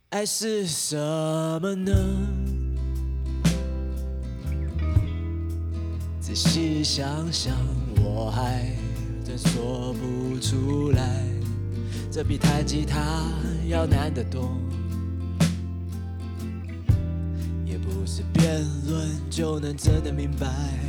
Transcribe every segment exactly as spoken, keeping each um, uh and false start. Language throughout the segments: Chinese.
爱是什么呢？仔细想想，我还真说不出来，这比弹吉他要难得多。也不是辩论就能真的明白。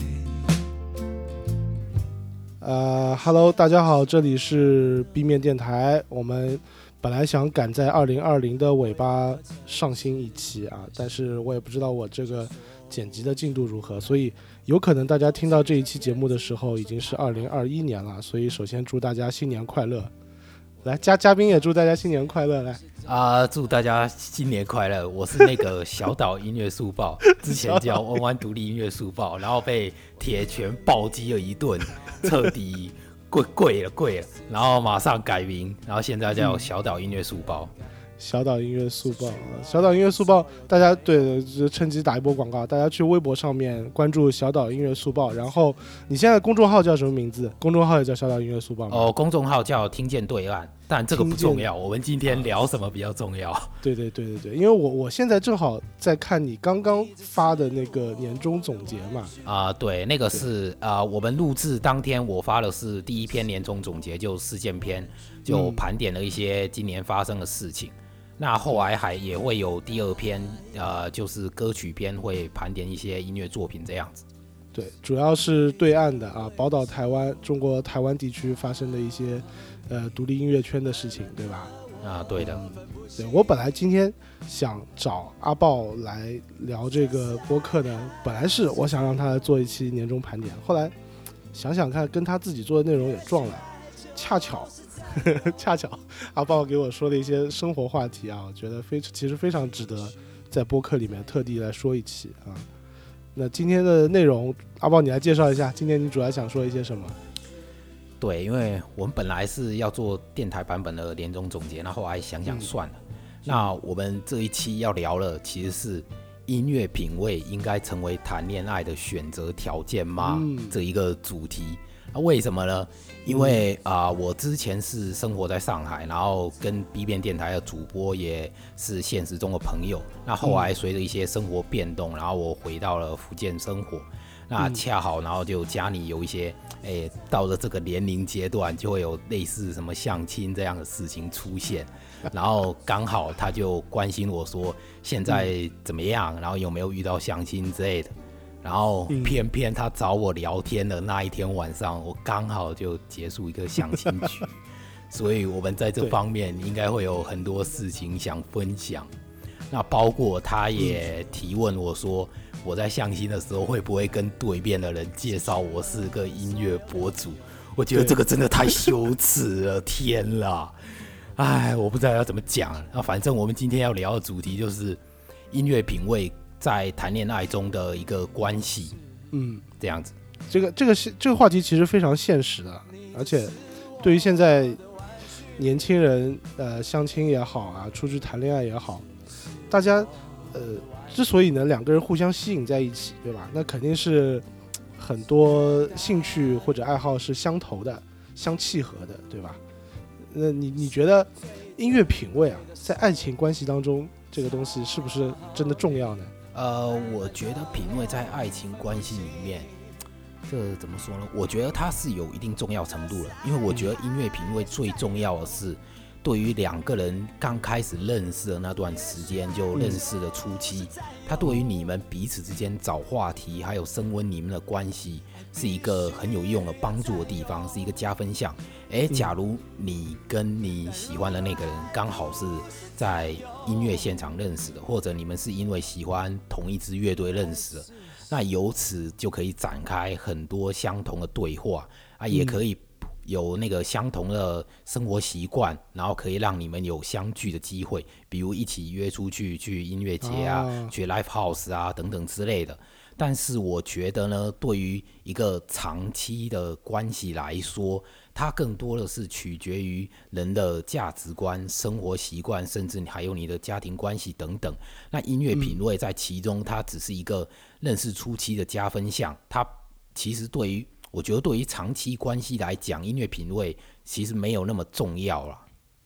呃哈喽，大家好，这里是 B 面电台。我们本来想赶在二零二零的尾巴上新一期啊，但是我也不知道我这个剪辑的进度如何，所以有可能大家听到这一期节目的时候已经是二零二一年了。所以首先祝大家新年快乐，来嘉嘉宾也祝大家新年快乐，来啊、呃！祝大家新年快乐！我是那个小岛音乐速报，之前叫弯弯独立音乐速报，然后被铁拳暴击了一顿，彻底跪跪了跪了，然后马上改名，然后现在叫小岛音乐速报。 嗯、小岛音乐速报，小岛音乐速报，大家对趁机打一波广告，大家去微博上面关注小岛音乐速报。然后你现在公众号叫什么名字？公众号也叫小岛音乐速报吗？ 哦，公众号叫听见对岸。但这个不重要，我们今天聊什么比较重要？ 对对对对对，因为我我现在正好在看你刚刚发的那个年终总结嘛。 啊、呃，对，那个是啊、呃，我们录制当天我发的是第一篇年终总结，就事件篇，就盘点了一些今年发生的事情。嗯、那后来还也会有第二篇，呃，就是歌曲篇，会盘点一些音乐作品这样子。 对，主要是对岸的啊，宝岛台湾、中国台湾地区发生的一些呃独立音乐圈的事情，对吧？ 啊，对的。 嗯、对，我本来今天想找阿豹来聊这个播客呢，本来是我想让他来做一期年终盘点，后来想想看，跟他自己做的内容也撞了，恰巧呵呵恰巧阿豹给我说的一些生活话题啊，我觉得非其实非常值得在播客里面特地来说一期啊。那今天的内容，阿豹你来介绍一下，今天你主要想说一些什么？ 对，因为我们本来是要做电台版本的年终总结，那后来想想算了、嗯、那我们这一期要聊的其实是音乐品味应该成为谈恋爱的选择条件吗、嗯、这一个主题。那为什么呢？因为啊、呃，我之前是生活在上海，然后跟 B 面电台的主播也是现实中的朋友。那后来随着一些生活变动，然后我回到了福建生活。那恰好，然后就家里有一些，哎，到了这个年龄阶段，就会有类似什么相亲这样的事情出现。然后刚好他就关心我说现在怎么样，然后有没有遇到相亲之类的。然后偏偏他找我聊天的那一天晚上，我刚好就结束一个相亲局，所以我们在这方面应该会有很多事情想分享。那包括他也提问我说，我在相亲的时候会不会跟对面的人介绍我是个音乐博主？我觉得这个真的太羞耻了，天啦！哎，我不知道要怎么讲。那反正我们今天要聊的主题就是音乐品味在谈恋爱中的一个关系，嗯，这样子。 这个这个这个话题其实非常现实的，而且对于现在年轻人，呃，相亲也好啊，出去谈恋爱也好，大家呃之所以呢两个人互相吸引在一起，对吧？那肯定是很多兴趣或者爱好是相投的、相契合的，对吧？那你你觉得音乐品味啊，在爱情关系当中这个东西是不是真的重要呢？ 呃，我觉得品味在爱情关系里面，这怎么说呢？我觉得它是有一定重要程度的，因为我觉得音乐品味最重要的是，对于两个人刚开始认识的那段时间，就认识的初期，它对于你们彼此之间找话题，还有升温你们的关系，是一个很有用的帮助的地方，是一个加分项。哎，假如你跟你喜欢的那个人刚好是在音乐现场认识的，或者你们是因为喜欢同一支乐队认识的，那由此就可以展开很多相同的对话啊，也可以有那个相同的生活习惯，然后可以让你们有相聚的机会，比如一起约出去去音乐节啊、哦、去 live house 啊等等之类的。但是我觉得呢，对于一个长期的关系来说，它更多的是取决于人的价值观、生活习惯，甚至还有你的家庭关系等等。那音乐品味在其中，它只是一个认识初期的加分项。它其实对于，我觉得对于长期关系来讲，音乐品味其实没有那么重要啦。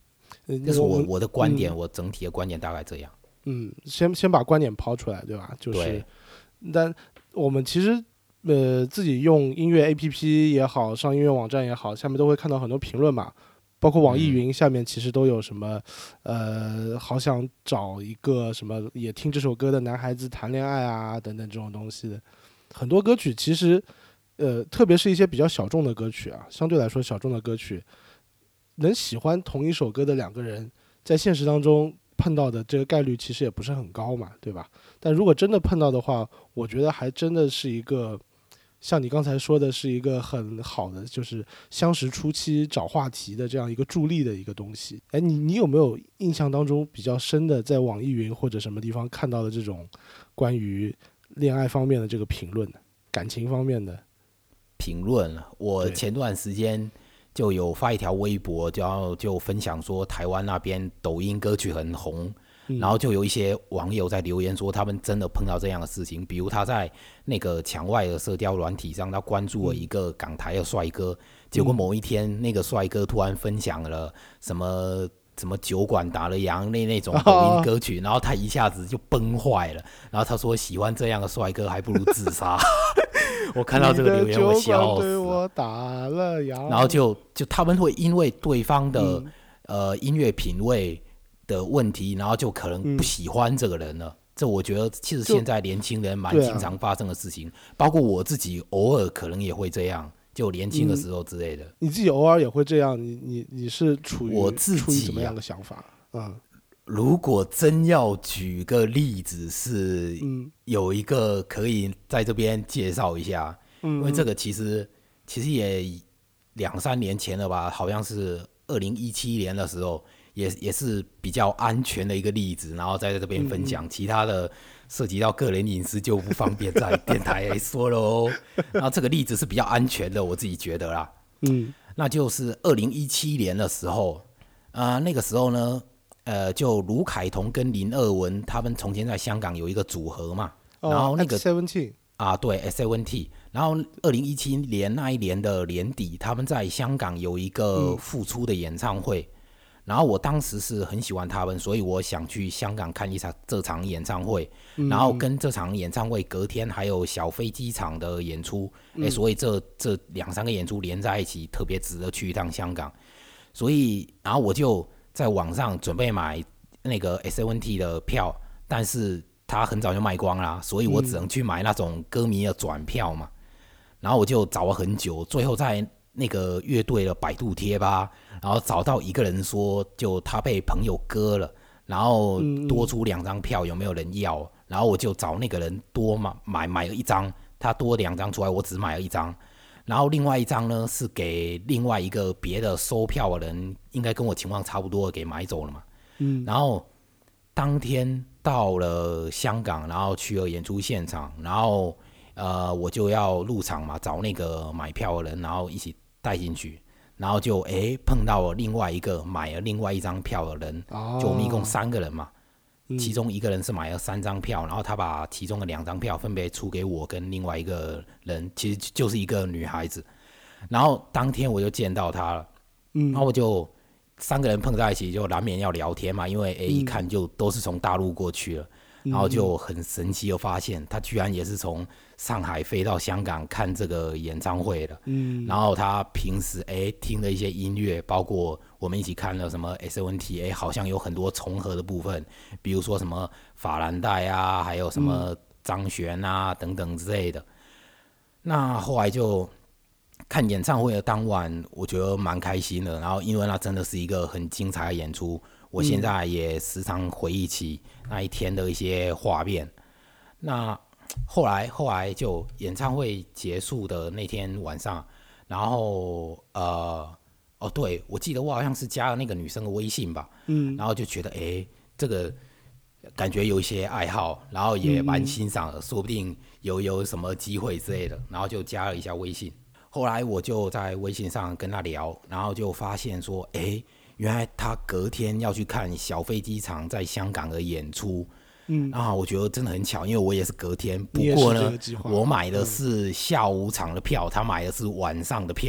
呃这是我们我的观点， 嗯我整体的观点大概这样。 嗯，先先把观点抛出来，对吧？就是对， 但我们其实呃自己用音乐 A P P 也好，上音乐网站也好，下面都会看到很多评论嘛，包括网易嗯云下面其实都有什么，呃，好想找一个什么也听这首歌的男孩子谈恋爱啊等等这种东西的，很多歌曲其实，呃，特别是一些比较小众的歌曲啊，相对来说小众的歌曲，能喜欢同一首歌的两个人，在现实当中碰到的这个概率其实也不是很高嘛，对吧？但如果真的碰到的话，我觉得还真的是一个。像你刚才说的是一个很好的，就是相识初期找话题的这样一个助力的一个东西。哎，你你有没有印象当中比较深的，在网易云或者什么地方看到的这种关于恋爱方面的这个评论，感情方面的评论，我对前段时间就有发一条微博，就就分享说台湾那边抖音歌曲很红， 嗯然后就有一些网友在留言说，他们真的碰到这样的事情，比如他在那个墙外的社交软体上，他关注了一个港台的帅哥，结果某一天那个帅哥突然分享了什么什么酒馆打了烊那那种抖音歌曲，然后他一下子就崩坏了，然后他说喜欢这样的帅哥还不如自杀。我看到这个留言我笑死了， 对我打了烊， 然后就就他们会因为对方的、 嗯、 呃音乐品味的问题，然后就可能不喜欢这个人了。嗯、这我觉得其实现在年轻人蛮经常发生的事情，啊、包括我自己偶尔可能也会这样，就年轻的时候之类的。 嗯、你自己偶尔也会这样？你你你是处于我自己、啊、 处于怎么样的想法？嗯。 如果真要举个例子，是有一个可以在这边介绍一下，嗯、因为这个其实其实也两三年前了吧，好像是二零一七年的时候，也也是比较安全的一个例子，然后在这边分享，嗯、其他的涉及到个人隐私就不方便在电台说了哦。然后这个例子是比较安全的，我自己觉得啦，嗯，那就是二零一七年的时候，啊、呃，那个时候呢。呃，就卢凯彤跟林二文他们从前在香港有一个组合嘛， 哦、 然后那个 X 七 十啊，对 X 七十，然后二零一七年那一年的年底，他们在香港有一个复出的演唱会，嗯、然后我当时是很喜欢他们，所以我想去香港看一场这场演唱会，嗯、然后跟这场演唱会隔天还有小飞机场的演出，嗯、所以这这两三个演出连在一起，特别值得去一趟香港，所以然后我就。在网上准备买那个 X 七 十 的票，但是他很早就卖光啦，所以我只能去买那种歌迷的转票嘛。嗯、然后我就找了很久，最后在那个乐队的百度贴吧，然后找到一个人说，就他被朋友割了，然后多出两张票，有没有人要？然后我就找那个人多买买买了一张，他多两张出来，我只买了一张。然后另外一张呢是给另外一个别的收票的人，应该跟我情况差不多，给买走了嘛。嗯。然后当天到了香港，然后去了演出现场，然后呃我就要入场嘛，找那个买票的人，然后一起带进去，然后就哎碰到了另外一个买了另外一张票的人，哦、就我们一共三个人嘛。其中一个人是买了三张票，然后他把其中的两张票分别出给我跟另外一个人，其实就是一个女孩子。然后当天我就见到她了，嗯，然后我就三个人碰在一起，就难免要聊天嘛，因为诶、嗯、一看就都是从大陆过去了，然后就很神奇的发现，他居然也是从上海飞到香港看这个演唱会的，嗯，然后他平时诶听的一些音乐，包括我们一起看了什么 X 七 十， 诶好像有很多重合的部分，比如说什么法兰黛啊，还有什么张悬啊、嗯、等等之类的。那后来就看演唱会的当晚，我觉得蛮开心的，然后因为那真的是一个很精彩的演出，我现在也时常回忆起那一天的一些画面。那后来后来就演唱会结束的那天晚上，然后呃哦对，我记得我好像是加了那个女生的微信吧，嗯，然后就觉得哎这个感觉有一些爱好，然后也蛮欣赏的，嗯、说不定有有什么机会之类的，然后就加了一下微信。后来我就在微信上跟他聊，然后就发现说，哎，原来他隔天要去看小飞机场在香港的演出。嗯，啊，我觉得真的很巧，因为我也是隔天，不过呢，我买的是下午场的票，他买的是晚上的票，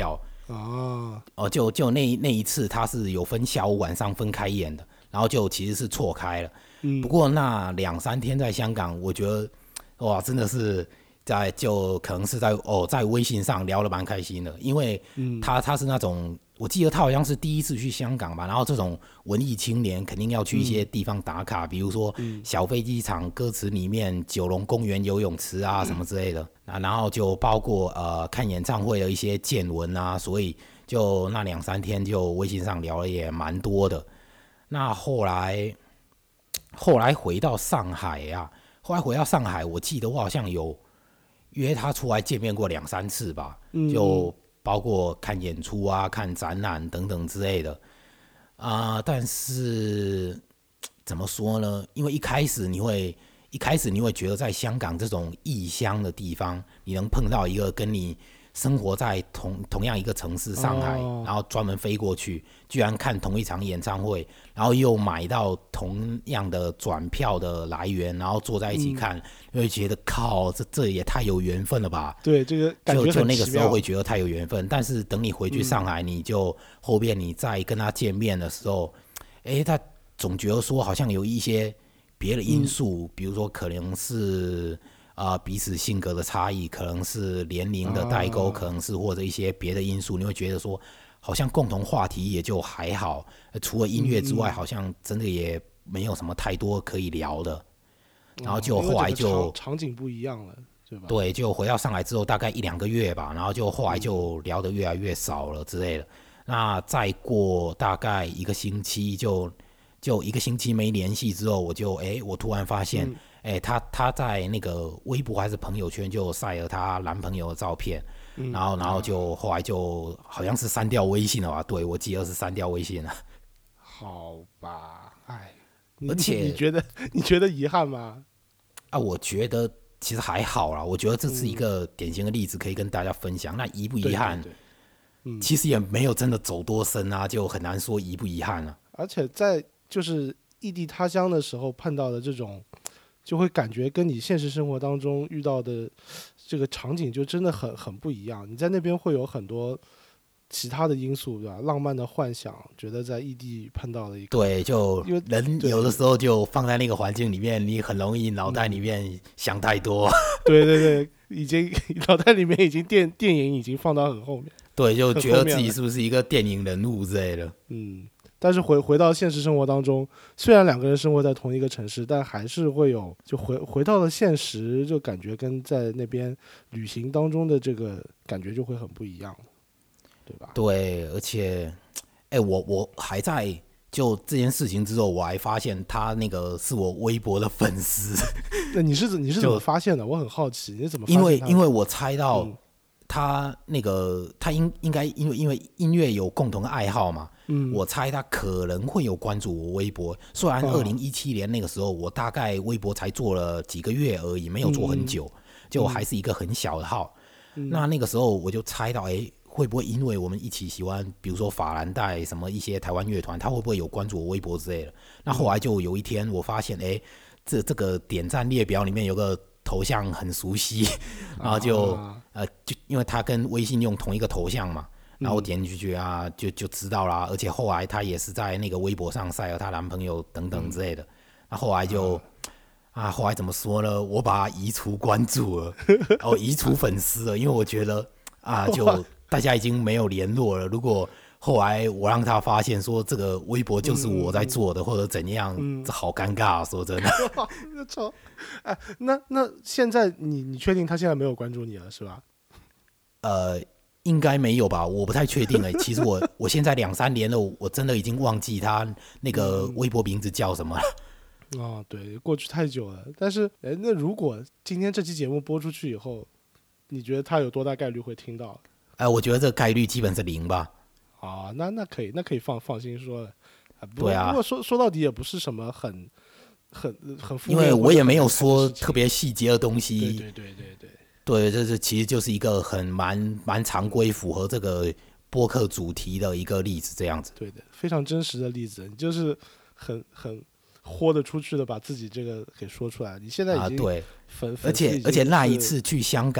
啊， 哦，就就那那一次他是有分下午晚上分开演的，然后就其实是错开了。 嗯， 不过那两三天在香港，我觉得哇，真的是在就可能是在哦在微信上聊得蛮开心的，因为他他是那种。我记得他好像是第一次去香港吧，然后这种文艺青年肯定要去一些地方打卡，嗯、比如说小飞机场歌词里面九龙公园游泳池啊什么之类的，嗯、然后就包括呃看演唱会的一些见闻啊，所以就那两三天就微信上聊了也蛮多的。那后来后来回到上海呀、啊，后来回到上海，我记得我好像有约他出来见面过两三次吧，嗯、就。包括看演出啊、看展览等等之类的啊、呃，但是怎么说呢？因为一开始你会一开始你会觉得在香港这种异乡的地方，你能碰到一个跟你生活在同同样一个城市上海，哦、然后专门飞过去，居然看同一场演唱会，然后又买到同样的转票的来源，然后坐在一起看，嗯、会觉得靠，这这也太有缘分了吧？ 对，这个感觉很奇妙。 就就那个时候会觉得太有缘分，但是等你回去上海，嗯、你就后边你再跟他见面的时候，哎，他总觉得说好像有一些别的因素，嗯、比如说可能是。啊、呃，彼此性格的差异，可能是年龄的代沟，啊、可能是或者一些别的因素，你会觉得说，好像共同话题也就还好，除了音乐之外，嗯、好像真的也没有什么太多可以聊的。然后就后来就、 嗯、场, 场景不一样了，对吧？ 对，就回到上海之后，大概一两个月吧，然后就后来就聊得越来越少了之类的。嗯、那再过大概一个星期就，就就一个星期没联系之后，我就哎，我突然发现。嗯哎，她她在那个微博还是朋友圈就晒了她男朋友的照片，嗯、然后然后就后来就好像是删掉微信了吧？对，我记得是删掉微信了。 好吧，哎， 而且你觉得你觉得遗憾吗？ 啊，我觉得其实还好啦，我觉得这是一个典型的例子，可以跟大家分享。嗯、那遗不遗憾？ 对对对嗯、 其实也没有真的走多深啊，就很难说遗不遗憾了。 而且在就是异地他乡的时候碰到的这种。就会感觉跟你现实生活当中遇到的这个场景就真的很很不一样。你在那边会有很多其他的因素，对吧？浪漫的幻想，觉得在异地碰到的一个， 对，就人有的时候就放在那个环境里面，你很容易脑袋里面想太多。嗯、 对对对，已经脑袋里面已经电电影已经放到很后面。 对，就觉得自己是不是一个电影人物之类的。 嗯。但是回回到现实生活当中，虽然两个人生活在同一个城市，但还是会有就回回到了现实，就感觉跟在那边旅行当中的这个感觉就会很不一样，对吧？ 对，而且，哎，我我还在就这件事情之后，我还发现他那个是我微博的粉丝。 那你是你是怎么发现的？我很好奇，你怎么发现因为因为我猜到。嗯他那个，他应应该因为因为音乐有共同的爱好嘛，嗯，我猜他可能会有关注我微博。虽然二零一七年那个时候，我大概微博才做了几个月而已，没有做很久，嗯、就还是一个很小的号。嗯、那那个时候我就猜到，哎，会不会因为我们一起喜欢，比如说法兰黛什么一些台湾乐团，他会不会有关注我微博之类的？那后来就有一天我发现，哎，这这个点赞列表里面有个。头像很熟悉，然后就、啊、呃，就因为他跟微信用同一个头像嘛，然后我点进去啊，就就知道啦。而且后来他也是在那个微博上晒了她男朋友等等之类的。那、嗯、后来就啊，后来怎么说呢？我把他移除关注了，然后移除粉丝了，因为我觉得啊，就大家已经没有联络了。如果后来我让他发现说这个微博就是我在做的，嗯、或者怎样，嗯、这好尴尬、啊。说真的， 操！哎，那那现在你你确定他现在没有关注你了是吧？ 呃，应该没有吧，我不太确定哎、欸。其实我我现在两三年了，我真的已经忘记他那个微博名字叫什么了。 嗯、哦，对，过去太久了。但是，哎，那如果今天这期节目播出去以后，你觉得他有多大概率会听到？ 哎、呃，我觉得这个概率基本是零吧。 啊、哦，那那可以，那可以放放心说了。啊，不对啊。 不过说说到底也不是什么很很很负面，因为我也没有说特别细节的东西。 对对对对对。 对，这是其实就是一个很蛮蛮常规、符合这个播客主题的一个例子，这样子。 对的，非常真实的例子，你就是很很豁得出去的把自己这个给说出来。你现在已经啊，对， 粉而且而且那一次去香港，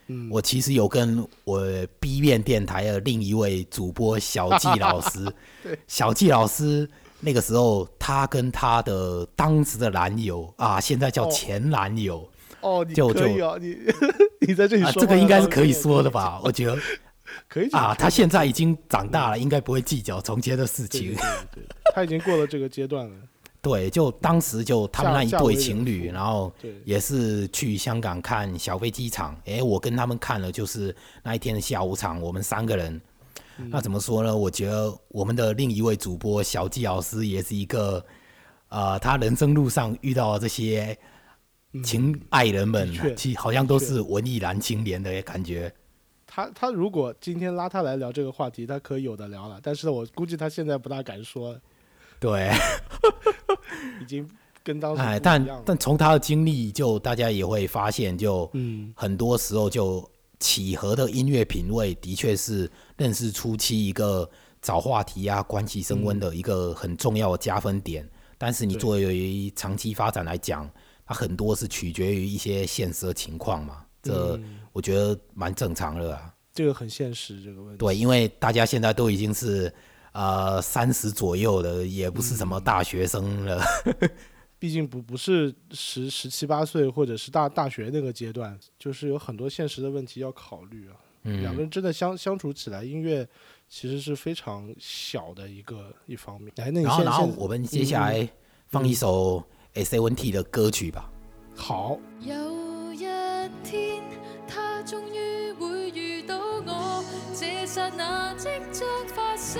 嗯， 我其实有跟我 B 面电台的另一位主播小纪老师，小纪老师那个时候他跟他的当时的男友啊，现在叫前男友， 哦，你就可以啊，你你在这里说、 啊，这个应该是可以说的吧？我觉得可以讲啊，他现在已经长大了，应该不会计较从前的事情。 对对对对，他已经过了这个阶段了。 对，就当时就他们那一对情侣， 嫁然后也是去香港看小飞机场。哎，我跟他们看了，就是那一天的下午场，我们三个人。嗯、那怎么说呢？我觉得我们的另一位主播小纪老师也是一个，呃，他人生路上遇到这些情爱人们， 嗯、 其实好像都是文艺男青年的感觉。 他他如果今天拉他来聊这个话题，他可以有的聊了。但是我估计他现在不大敢说。 对， 已经跟当时不一样了。 哎，但但从他的经历，就大家也会发现，就很多时候就契合的音乐品味，的确是认识初期一个找话题啊、关系升温的一个很重要的加分点。嗯、但是你作为长期发展来讲，它很多是取决于一些现实的情况嘛，这我觉得蛮正常的啊。 这个很现实，这个问题。 对，因为大家现在都已经是。呃，三十左右的，也不是什么大学生了。 嗯、毕竟不不是十十七八岁，或者是大大学那个阶段，就是有很多现实的问题要考虑啊。嗯、两个人真的相相处起来，音乐其实是非常小的一个一方面。来，那你然后，然后我们接下来放一首 S A N T 的歌曲吧。 嗯、好。 有一天，他終於會遇到我，這剎那即將發生。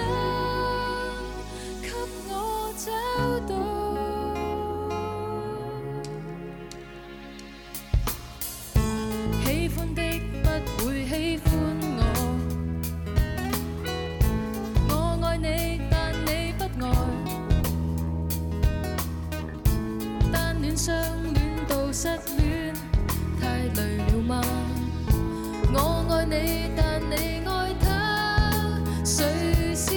找到喜歡的不會喜歡我，我愛你但你不愛，單戀相戀到失戀，太累了嗎？我愛你但你愛他，誰是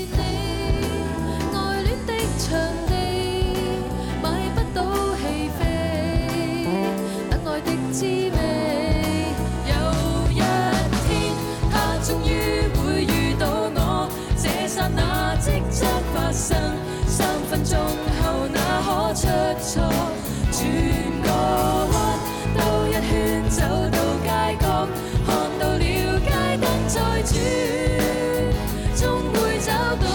場地買不到戲飛，等愛的滋味。有一天，他終於會遇到我，這剎那即將發生。三分鐘後哪可出錯？轉個彎，兜一圈走到街角，看到了街燈再轉，終會找到。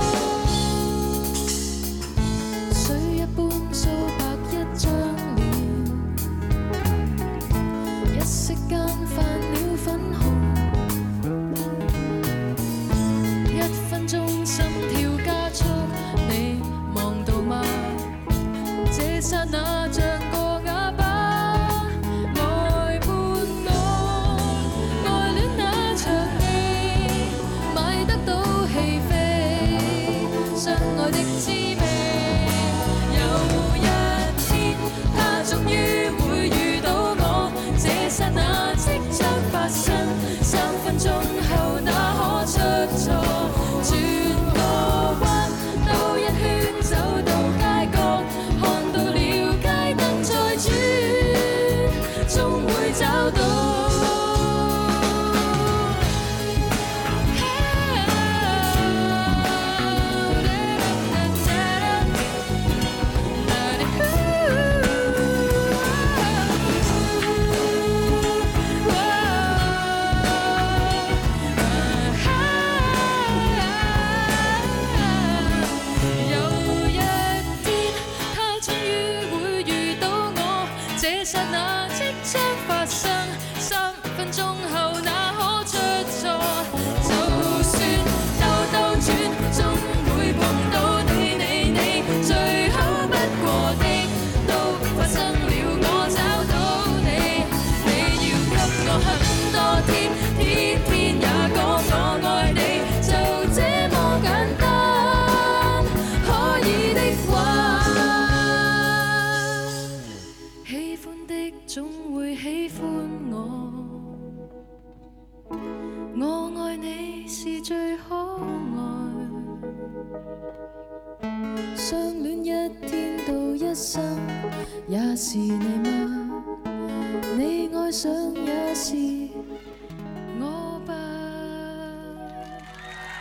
那像個啞巴來伴我，愛戀那場戲，買得到戲飛，相愛的滋味。有一天，他終於會遇到我，這剎那即將發生，三分鐘後哪可出錯？轉個彎，兜一圈走到街角。終會找到。有一天，他終於會遇到我，這剎那即將發生，三分鐘後哪可出錯？就算兜兜轉，終會碰到你你你，最好不過的都發生了，我找到你，你要給我很多天，天天也講我愛你，就這麼簡單，可以的話。喜歡的總會喜歡我，我愛你是最可愛，相戀一天到一生也是你嗎？你愛上也是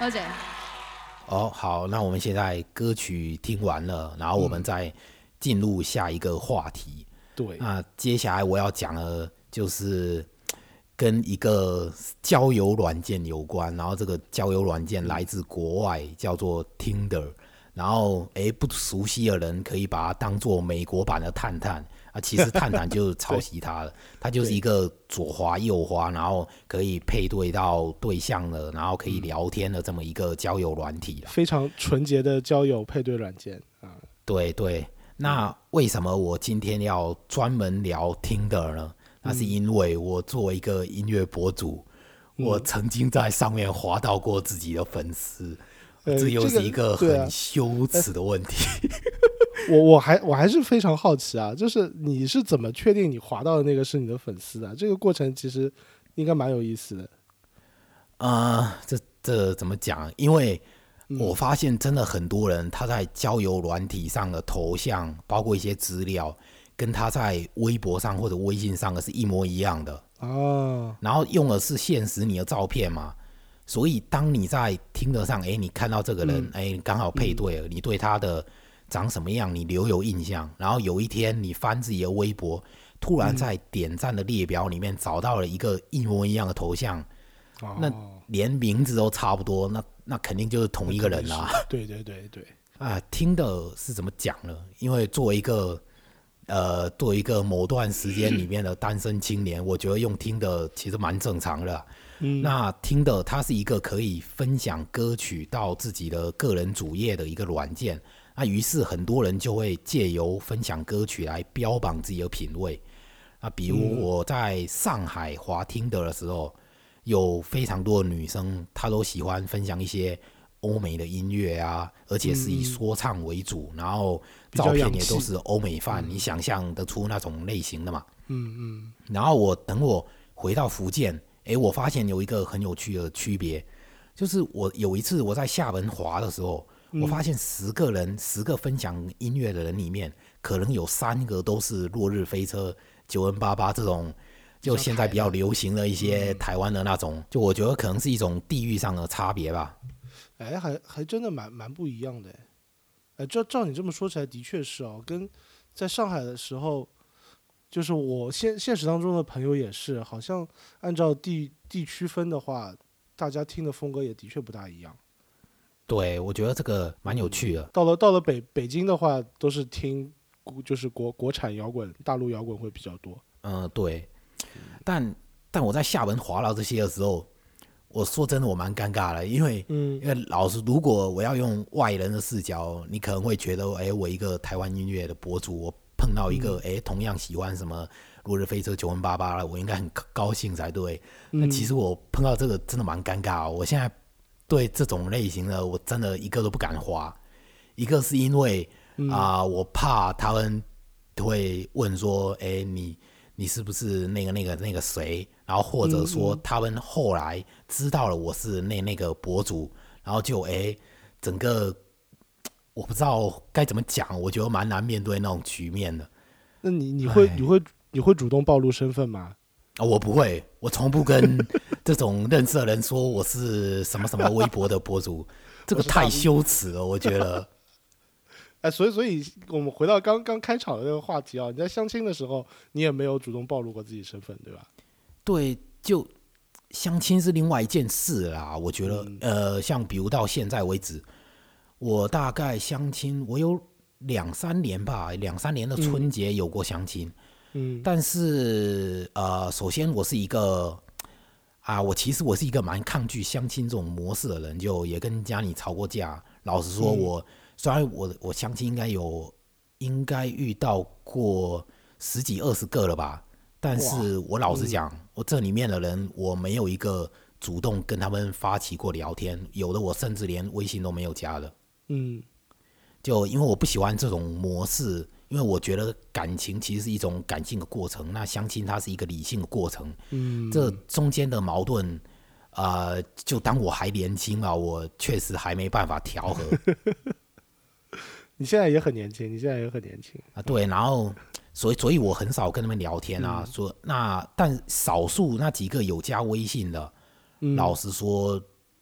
多謝。 哦，好，那我们现在歌曲听完了，然后我们再进入下一个话题。 对， 那接下来我要讲的就是跟一个交友软件有关，然后这个交友软件来自国外，叫做 Tinder。然后，哎，不熟悉的人可以把它当做美国版的探探啊，其实探探就是抄袭它的，它就是一个左滑右滑，然后可以配对到对象的，然后可以聊天的这么一个交友软体啦。 非常纯洁的交友配对软件啊。 对对，那为什么我今天要专门聊 Tinder 呢？那是因为我作为一个音乐博主，嗯、我曾经在上面滑到过自己的粉丝。呃、这又是一个很羞耻的问题。 这个啊、我我还我还是非常好奇啊，就是你是怎么确定你滑到的那个是你的粉丝的？这个过程其实应该蛮有意思的。 啊、呃，这这怎么讲？因为我发现真的很多人他在交友软体上的头像，包括一些资料，跟他在微博上或者微信上的是一模一样的哦。 然后用的是现实你的照片嘛。所以当你在听得上，哎，你看到这个人，哎、嗯，刚好配对了、嗯，你对他的长什么样你留有印象，然后有一天你翻自己的微博，突然在点赞的列表里面找到了一个一模一样的头像， 哦、 那连名字都差不多，那那肯定就是同一个人啦。 对对对对。 啊，听的是怎么讲呢？因为作为一个呃，作为一个某段时间里面的单身青年，我觉得用听的其实蛮正常的。嗯、那听的它是一个可以分享歌曲到自己的个人主页的一个软件，那于是很多人就会借由分享歌曲来标榜自己的品味。那比如我在上海滑听的的时候，有非常多的女生，她都喜欢分享一些欧美的音乐啊，而且是以说唱为主，嗯、然后照片也都是欧美范，你想象得出那种类型的嘛？ 嗯嗯。 然后我等我回到福建。哎，我发现有一个很有趣的区别，就是我有一次我在厦门滑的时候，嗯、我发现十个人，十个分享音乐的人里面，可能有三个都是落日飞车、九 N 八八这种，就现在比较流行的一些台湾的那种，就我觉得可能是一种地域上的差别吧。 哎，还还真的蛮蛮不一样的。哎，照照你这么说起来，的确是哦，跟在上海的时候。就是我现现实当中的朋友也是，好像按照地地区分的话，大家听的风格也的确不大一样。 对，我觉得这个蛮有趣的。 到了到了北北京的话，都是听就是国国产摇滚、大陆摇滚会比较多。 嗯，对。但但我在厦门滑到这些的时候，我说真的，我蛮尴尬的，因为、嗯、因为老师，如果我要用外人的视角，你可能会觉得，哎，我一个台湾音乐的博主，我碰到一个哎、嗯，同样喜欢什么落日飞车九 N 八八了，我应该很高兴才对。那、嗯、其实我碰到这个真的蛮尴尬、哦。我现在对这种类型的，我真的一个都不敢滑。一个是因为啊、嗯呃，我怕他们会问说，哎，你你是不是那个那个那个谁？然后或者说他们后来知道了我是那那个博主，然后就哎，整个。我不知道该怎么讲，我觉得蛮难面对那种局面的。 那你你会你会你会主动暴露身份吗？ 啊，我不会，我从不跟这种认识的人说我是什么什么微博的博主，这个太羞耻了，我觉得。 哎，所以所以我们回到刚刚开场的那个话题啊，你在相亲的时候，你也没有主动暴露过自己身份，对吧？ 对，就相亲是另外一件事啦。我觉得，嗯、呃，像比如到现在为止。我大概相亲，我有两三年吧，两三年的春节有过相亲。嗯，但是呃，首先我是一个啊，我其实我是一个蛮抗拒相亲这种模式的人，就也跟家里吵过架。老实说我，我、嗯、虽然我我相亲应该有应该遇到过十几二十个了吧，但是我老实讲、嗯，我这里面的人我没有一个主动跟他们发起过聊天，有的我甚至连微信都没有加的。 嗯， 就因为我不喜欢这种模式，因为我觉得感情其实是一种感性的过程，那相亲它是一个理性的过程。嗯，这中间的矛盾，呃，就当我还年轻嘛，我确实还没办法调和。 你现在也很年轻，你现在也很年轻啊，对，然后所以所以我很少跟他们聊天啊，嗯、说那但少数那几个有加微信的，嗯、老实说。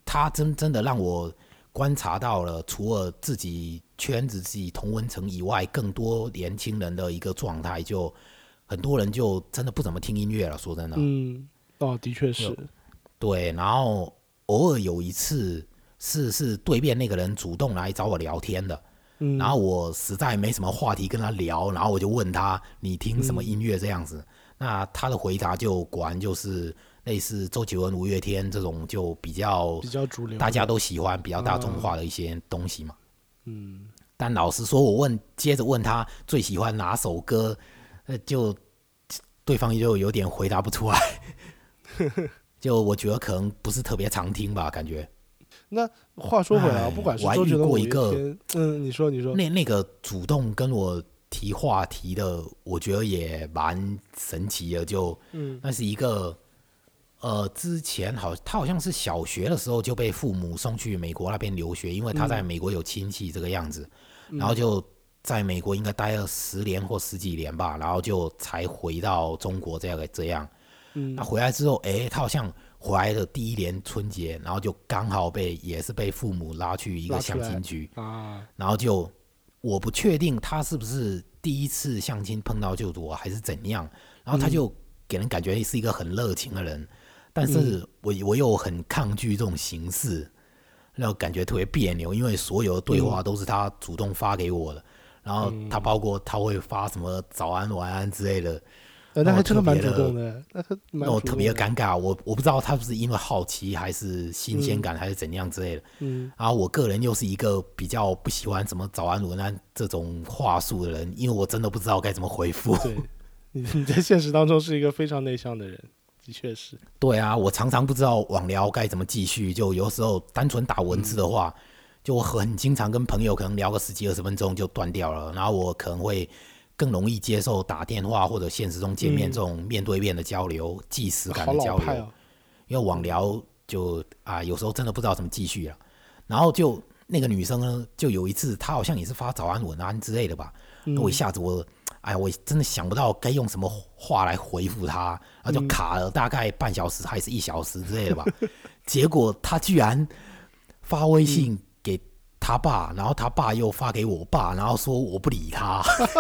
他真真的让我观察到了，除了自己圈子、自己同温层以外，更多年轻人的一个状态，就很多人就真的不怎么听音乐了。说真的， 嗯，哦，的确是， 对。然后偶尔有一次是是对面那个人主动来找我聊天的， 嗯， 然后我实在没什么话题跟他聊，然后我就问他你听什么音乐这样子。嗯，那他的回答就果然就是类似周杰伦、五月天这种，就比较比较主流， 大家都喜欢、比较大众化的一些东西嘛。 嗯， 但老实说，我问接着问他最喜欢哪首歌，呃，就对方就有点回答不出来，就我觉得可能不是特别常听吧，感觉。 那话说回来，不管是周杰伦、五月天，嗯，你说你说， 那那个主动跟我提话题的，我觉得也蛮神奇的，就，嗯，那是一个。呃，之前好，他好像是小学的时候就被父母送去美国那边留学，因为他在美国有亲戚这个样子，嗯，然后就在美国应该待了十年或十几年吧，然后就才回到中国这样这样。嗯，那回来之后，哎，他好像回来的第一年春节，然后就刚好被也是被父母拉去一个相亲局啊，然后就我不确定他是不是第一次相亲碰到就我还是怎样，然后他就给人感觉是一个很热情的人。但是我我又很抗拒这种形式，然后感觉特别别扭，因为所有的对话都是他主动发给我的，然后他包括他会发什么早安晚安之类的， 呃、那还真的蛮主动的，那他让我特别尴尬。我我不知道他是因为好奇还是新鲜感还是怎样之类的。嗯，然后我个人又是一个比较不喜欢什么早安晚安这种话术的人，因为我真的不知道该怎么回复。 对，你你在现实当中是一个非常内向的人。的确是， 对啊，我常常不知道网聊该怎么继续，就有时候单纯打文字的话，嗯，就我很经常跟朋友可能聊个十几二十分钟就断掉了，然后我可能会更容易接受打电话或者现实中见面这种面对面的交流，即时感的交流，哦，因为网聊就啊有时候真的不知道怎么继续了。然后就那个女生呢，就有一次她好像也是发早安晚安之类的吧，嗯，我一下子我。哎，我真的想不到该用什么话来回复他，然后就卡了大概半小时还是一小时之类的吧。嗯，结果他居然发微信给他爸，然后他爸又发给我爸，然后说我不理他，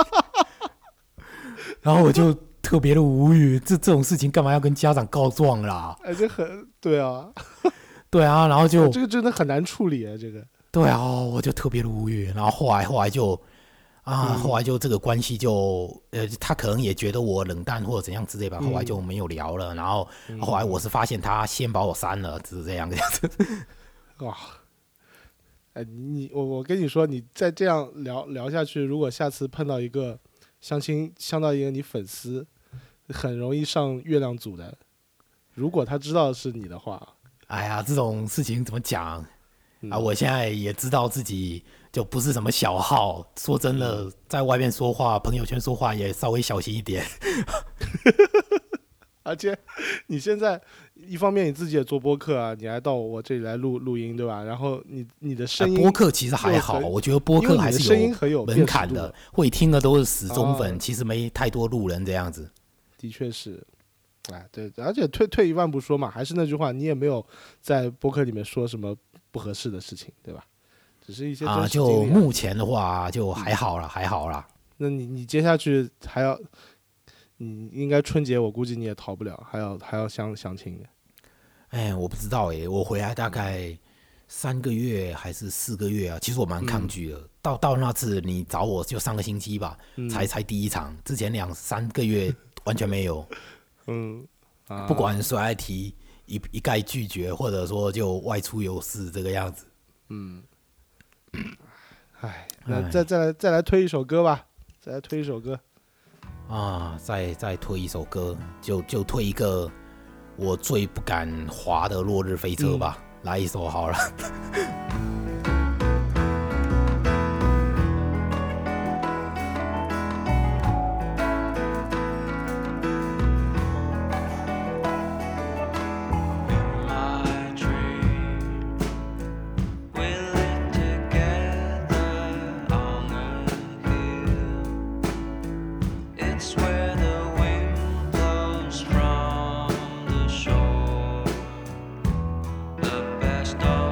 然后我就特别的无语，这这种事情干嘛要跟家长告状啦？ 哎，这很对啊， 对啊，然后就这个真的很难处理啊，这个对啊，我就特别的无语，然后后来后来就。啊，后来就这个关系就，呃，他可能也觉得我冷淡或者怎样之类吧，后来就没有聊了。然后后来我是发现他先把我删了，只是这样子。 哇，哎，你我我跟你说，你再这样聊聊下去，如果下次碰到一个相亲，相到一个你粉丝，很容易上月亮组的。如果他知道是你的话， 哎呀，这种事情怎么讲？啊，我现在也知道自己就不是什么小号，说真的，在外面说话，朋友圈说话也稍微小心一点。 而且你现在一方面你自己也做播客啊，你还到我这里来录录音，对吧？然后你你的声音， 播客其实还好，我觉得播客还是有门槛的，会听的都是死忠粉，其实没太多路人这样子。 的确是。哎，对，而且退退一万步说嘛，还是那句话，你也没有在播客里面说什么不合适的事情，对吧？只是一些啊，就目前的话就还好啦，嗯，还好啦。 那你你接下去还要，你应该春节我估计你也逃不了，还要还要相相亲的。 哎，我不知道哎，我回来大概三个月还是四个月啊，其实我蛮抗拒的。嗯，到到那次你找我就上个星期吧，嗯，才才第一场，之前两三个月完全没有。嗯，啊，不管谁来提，一一概拒绝，或者说就外出有事这个样子。 嗯，哎，那再再来再来推一首歌吧，再来推一首歌。 啊，再再推一首歌，就就推一个我最不敢滑的《落日飞车》吧，嗯，来一首好了。 Best of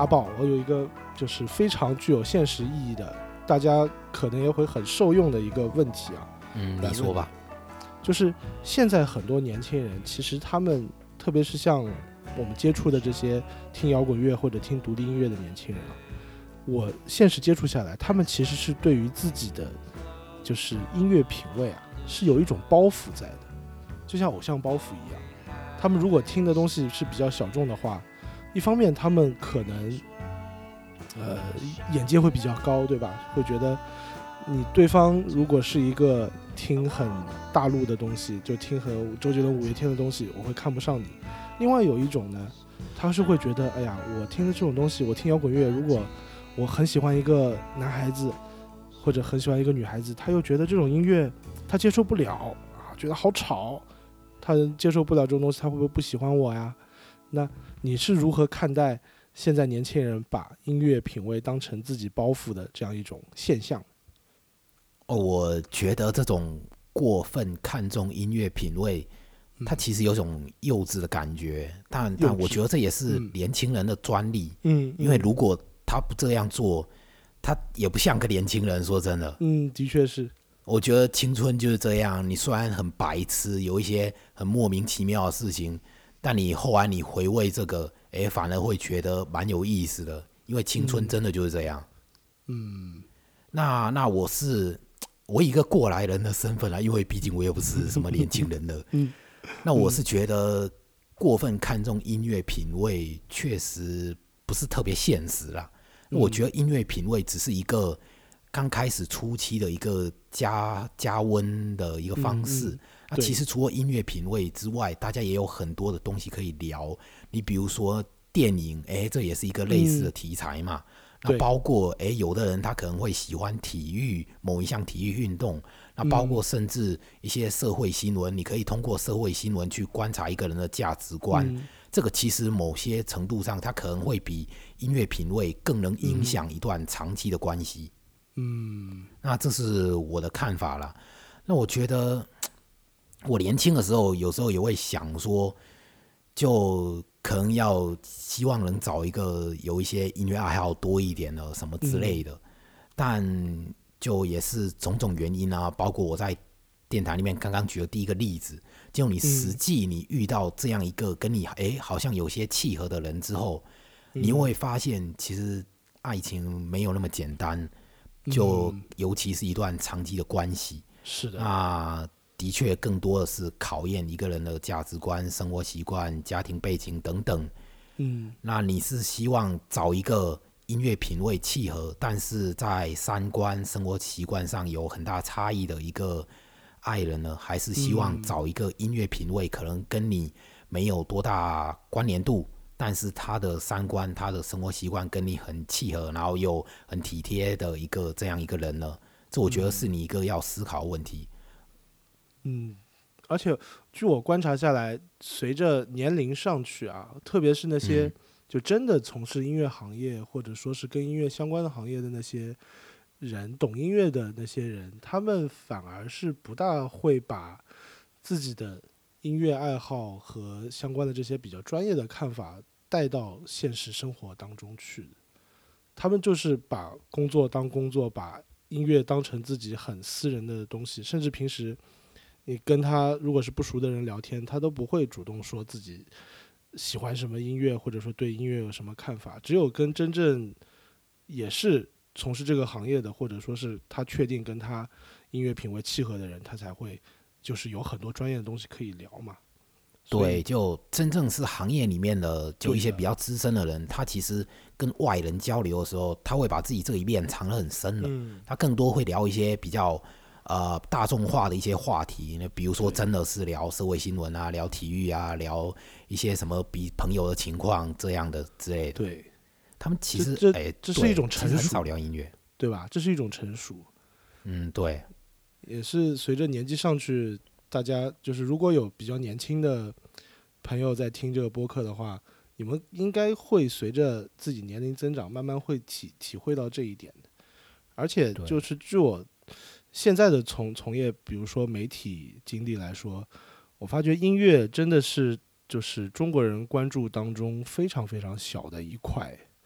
阿豹，我有一个就是非常具有现实意义的，大家可能也会很受用的一个问题啊。 嗯，你说吧。 就是现在很多年轻人，其实他们特别是像我们接触的这些听摇滚乐或者听独立音乐的年轻人啊，我现实接触下来，他们其实是对于自己的就是音乐品味啊，是有一种包袱在的，就像偶像包袱一样。他们如果听的东西是比较小众的话，一方面他们可能呃眼界会比较高，对吧？会觉得你对方如果是一个听很大陆的东西，就听很周杰伦、五月天的东西，我会看不上你。另外有一种呢，他是会觉得，哎呀，我听的这种东西，我听摇滚乐，如果我很喜欢一个男孩子，或者很喜欢一个女孩子，他又觉得这种音乐他接受不了啊，觉得好吵，他接受不了这种东西，他会不会不喜欢我呀？那你是如何看待现在年轻人把音乐品味当成自己包袱的这样一种现象？ 哦，我觉得这种过分看重音乐品味， 嗯、 它其实有种幼稚的感觉，但但我觉得这也是年轻人的专利。 嗯， 因为如果他不这样做，他也不像个年轻人。说真的， 嗯，的确是。 我觉得青春就是这样，你虽然很白痴，有一些很莫名其妙的事情，但你后来你回味这个，哎，反而会觉得蛮有意思的，因为青春真的就是这样。 嗯， 那那我是我以一个过来人的身份啦，因为毕竟我也不是什么年轻人了。 嗯， 那我是觉得过分看重音乐品味，确实不是特别现实啦。 嗯、 我觉得音乐品味只是一个刚开始初期的一个加加温的一个方式。嗯嗯、那其实除了音乐品味之外，大家也有很多的东西可以聊。你比如说电影，哎，这也是一个类似的题材嘛。嗯，那包括哎，有的人他可能会喜欢体育某一项体育运动，那包括甚至一些社会新闻，嗯、你可以通过社会新闻去观察一个人的价值观。嗯、这个其实某些程度上，它可能会比音乐品味更能影响一段长期的关系。 嗯， 那这是我的看法啦。那我觉得我年轻的时候，有时候也会想说，就可能要希望能找一个有一些音乐爱好多一点的什么之类的。嗯、但就也是种种原因啊，包括我在电台里面刚刚举的第一个例子，就你实际你遇到这样一个跟你哎好像有些契合的人之后，你会发现其实爱情没有那么简单，就尤其是一段长期的关系。 是的， 那的确更多的是考验一个人的价值观、生活习惯、家庭背景等等。 嗯， 那你是希望找一个音乐品味契合，但是在三观、生活习惯上有很大差异的一个爱人呢，还是希望找一个音乐品味可能跟你没有多大关联度，但是他的三观、他的生活习惯跟你很契合，然后又很体贴的一个这样一个人呢？这我觉得是你一个要思考的问题。 嗯，而且据我观察下来，随着年龄上去啊，特别是那些就真的从事音乐行业，或者说是跟音乐相关的行业的那些人，懂音乐的那些人，他们反而是不大会把自己的音乐爱好和相关的这些比较专业的看法带到现实生活当中去的。他们就是把工作当工作，把音乐当成自己很私人的东西，甚至平时你跟他如果是不熟的人聊天，他都不会主动说自己喜欢什么音乐，或者说对音乐有什么看法。只有跟真正也是从事这个行业的，或者说是他确定跟他音乐品味契合的人，他才会就是有很多专业的东西可以聊嘛。 对，就真正是行业里面的，就一些比较资深的人，他其实跟外人交流的时候，他会把自己这一面藏得很深的。嗯、他更多会聊一些比较呃大众化的一些话题，那比如说真的是聊社会新闻啊，聊体育啊，聊一些什么比朋友的情况这样的之类的。 对， 他们其实这哎， 这是一种成熟， 很少聊音乐， 对吧？这是一种成熟。 嗯，对， 也是随着年纪上去。大家就是如果有比较年轻的朋友在听这个播客的话，你们应该会随着自己年龄增长，慢慢会体体会到这一点的。而且就是据我现在的从从业，比如说媒体经历来说，我发觉音乐真的是就是中国人关注当中非常非常小的一块。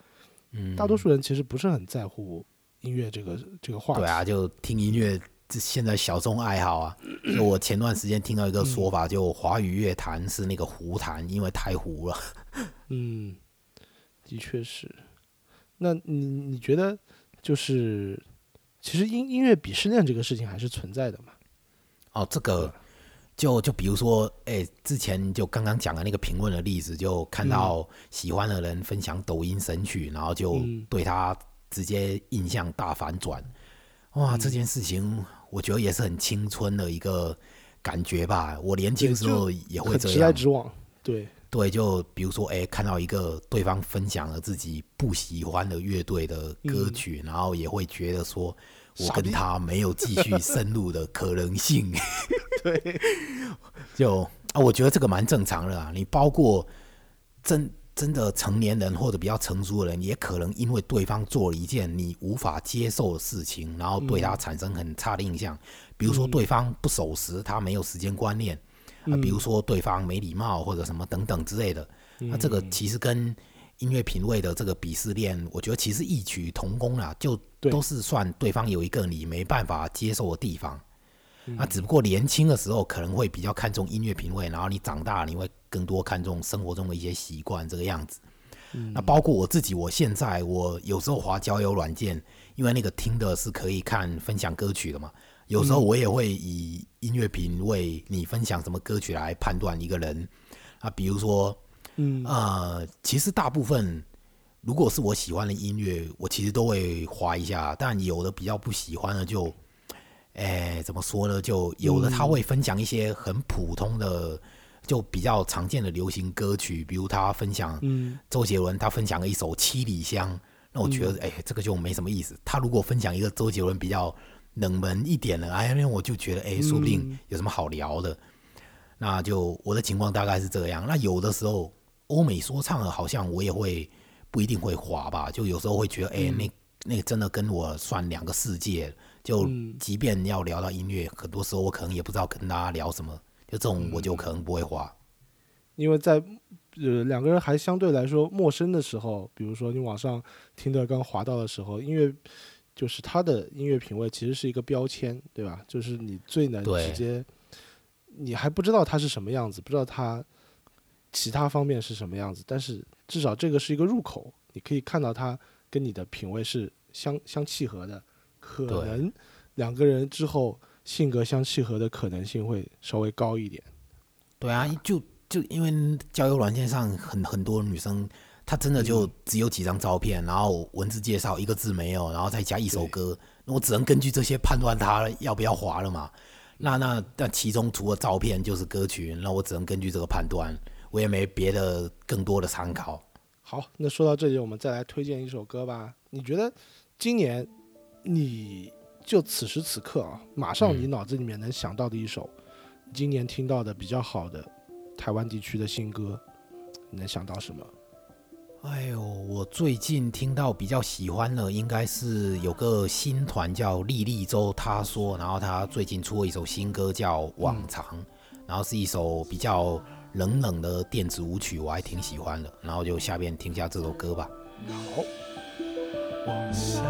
嗯， 大多数人其实不是很在乎音乐这个这个话题。 对啊，就听音乐，这现在小众爱好啊。就我前段时间听到一个说法，就华语乐坛是那个胡坛，因为太糊了。 嗯，的确是。那你你觉得就是其实音音乐鄙视链这个事情还是存在的嘛？ 哦，这个就就比如说，哎、欸，之前就刚刚讲的那个评论的例子，就看到喜欢的人分享抖音神曲，然后就对他直接印象大反转。哇，这件事情我觉得也是很青春的一个感觉吧。我年轻的时候也会这样， 直来直往。对对，就比如说，哎、欸，看到一个对方分享了自己不喜欢的乐队的歌曲，嗯、然后也会觉得说，我跟他没有继续深入的可能性。 对， 就啊，我觉得这个蛮正常的啊。你包括真真的成年人或者比较成熟的人，也可能因为对方做了一件你无法接受的事情，然后对他产生很差的印象。嗯、比如说对方不守时，他没有时间观念。啊，比如说对方没礼貌或者什么等等之类的，那、嗯啊、这个其实跟音乐品味的这个鄙视链，我觉得其实异曲同工啦，就都是算对方有一个你没办法接受的地方。那、嗯啊、只不过年轻的时候可能会比较看重音乐品味，然后你长大了你会更多看重生活中的一些习惯这个样子。嗯、那包括我自己，我现在我有时候滑交友软件，因为那个听的是可以看分享歌曲的嘛。有时候我也会以音乐品味，你分享什么歌曲来判断一个人啊，比如说，嗯呃，其实大部分如果是我喜欢的音乐，我其实都会滑一下，但有的比较不喜欢的就，哎，怎么说呢？就有的他会分享一些很普通的，就比较常见的流行歌曲，比如他分享周杰伦，他分享了一首《七里香》，那我觉得哎，这个就没什么意思。他如果分享一个周杰伦比较冷门一点的，哎，那我就觉得，哎，说不定有什么好聊的。嗯、那就我的情况大概是这样。那有的时候欧美说唱的，好像我也会不一定会滑吧，就有时候会觉得，哎、嗯，那那个真的跟我算两个世界。就即便要聊到音乐，很多时候我可能也不知道跟大家聊什么，就这种我就可能不会滑。 因为在呃两个人还相对来说陌生的时候，比如说你网上听的刚滑到的时候，音乐。就是他的音乐品味其实是一个标签，对吧？就是你最能直接，你还不知道他是什么样子，不知道他其他方面是什么样子，但是至少这个是一个入口，你可以看到他跟你的品味是相相契合的，可能两个人之后性格相契合的可能性会稍微高一点。 对啊，就就因为交友软件上很很多女生。他真的就只有几张照片，然后文字介绍一个字没有，然后再加一首歌，我只能根据这些判断他要不要滑了嘛。那那那其中除了照片就是歌曲，那我只能根据这个判断，我也没别的更多的参考。 好，那说到这里，我们再来推荐一首歌吧。你觉得今年你就此时此刻啊，马上你脑子里面能想到的一首、嗯、今年听到的比较好的台湾地区的新歌，你能想到什么？ 哎呦，我最近听到比较喜欢的应该是有个新团叫莉莉周，他说，然后他最近出了一首新歌叫《往常》，嗯、然后是一首比较冷冷的电子舞曲，我还挺喜欢的，然后就下面听下这首歌吧。 好。 往下，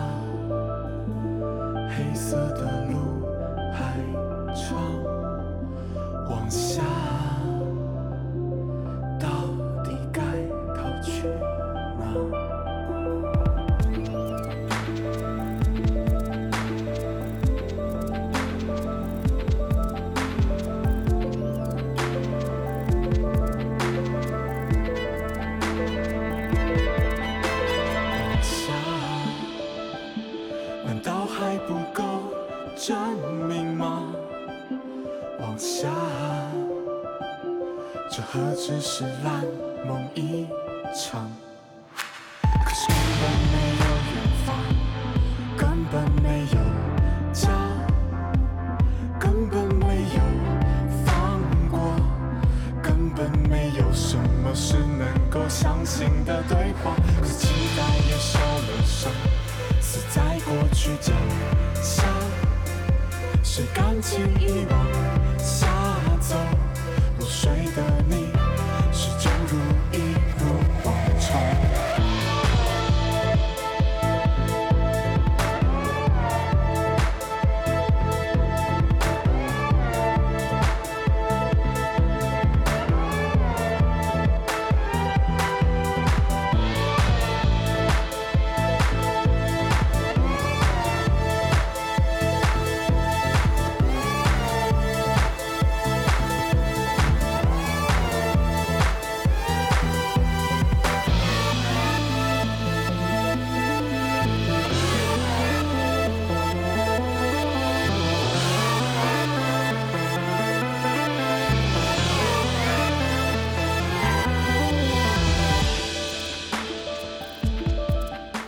黑色的路还长，往下。证明吗？往下，这何止是烂梦一场？可是根本没有远方，根本没有家，根本没有放过，根本没有什么是能够相信的对话。可是期待也受了伤，死在过去脚下。谁甘情遗忘下走落水的你，始终如一如往常。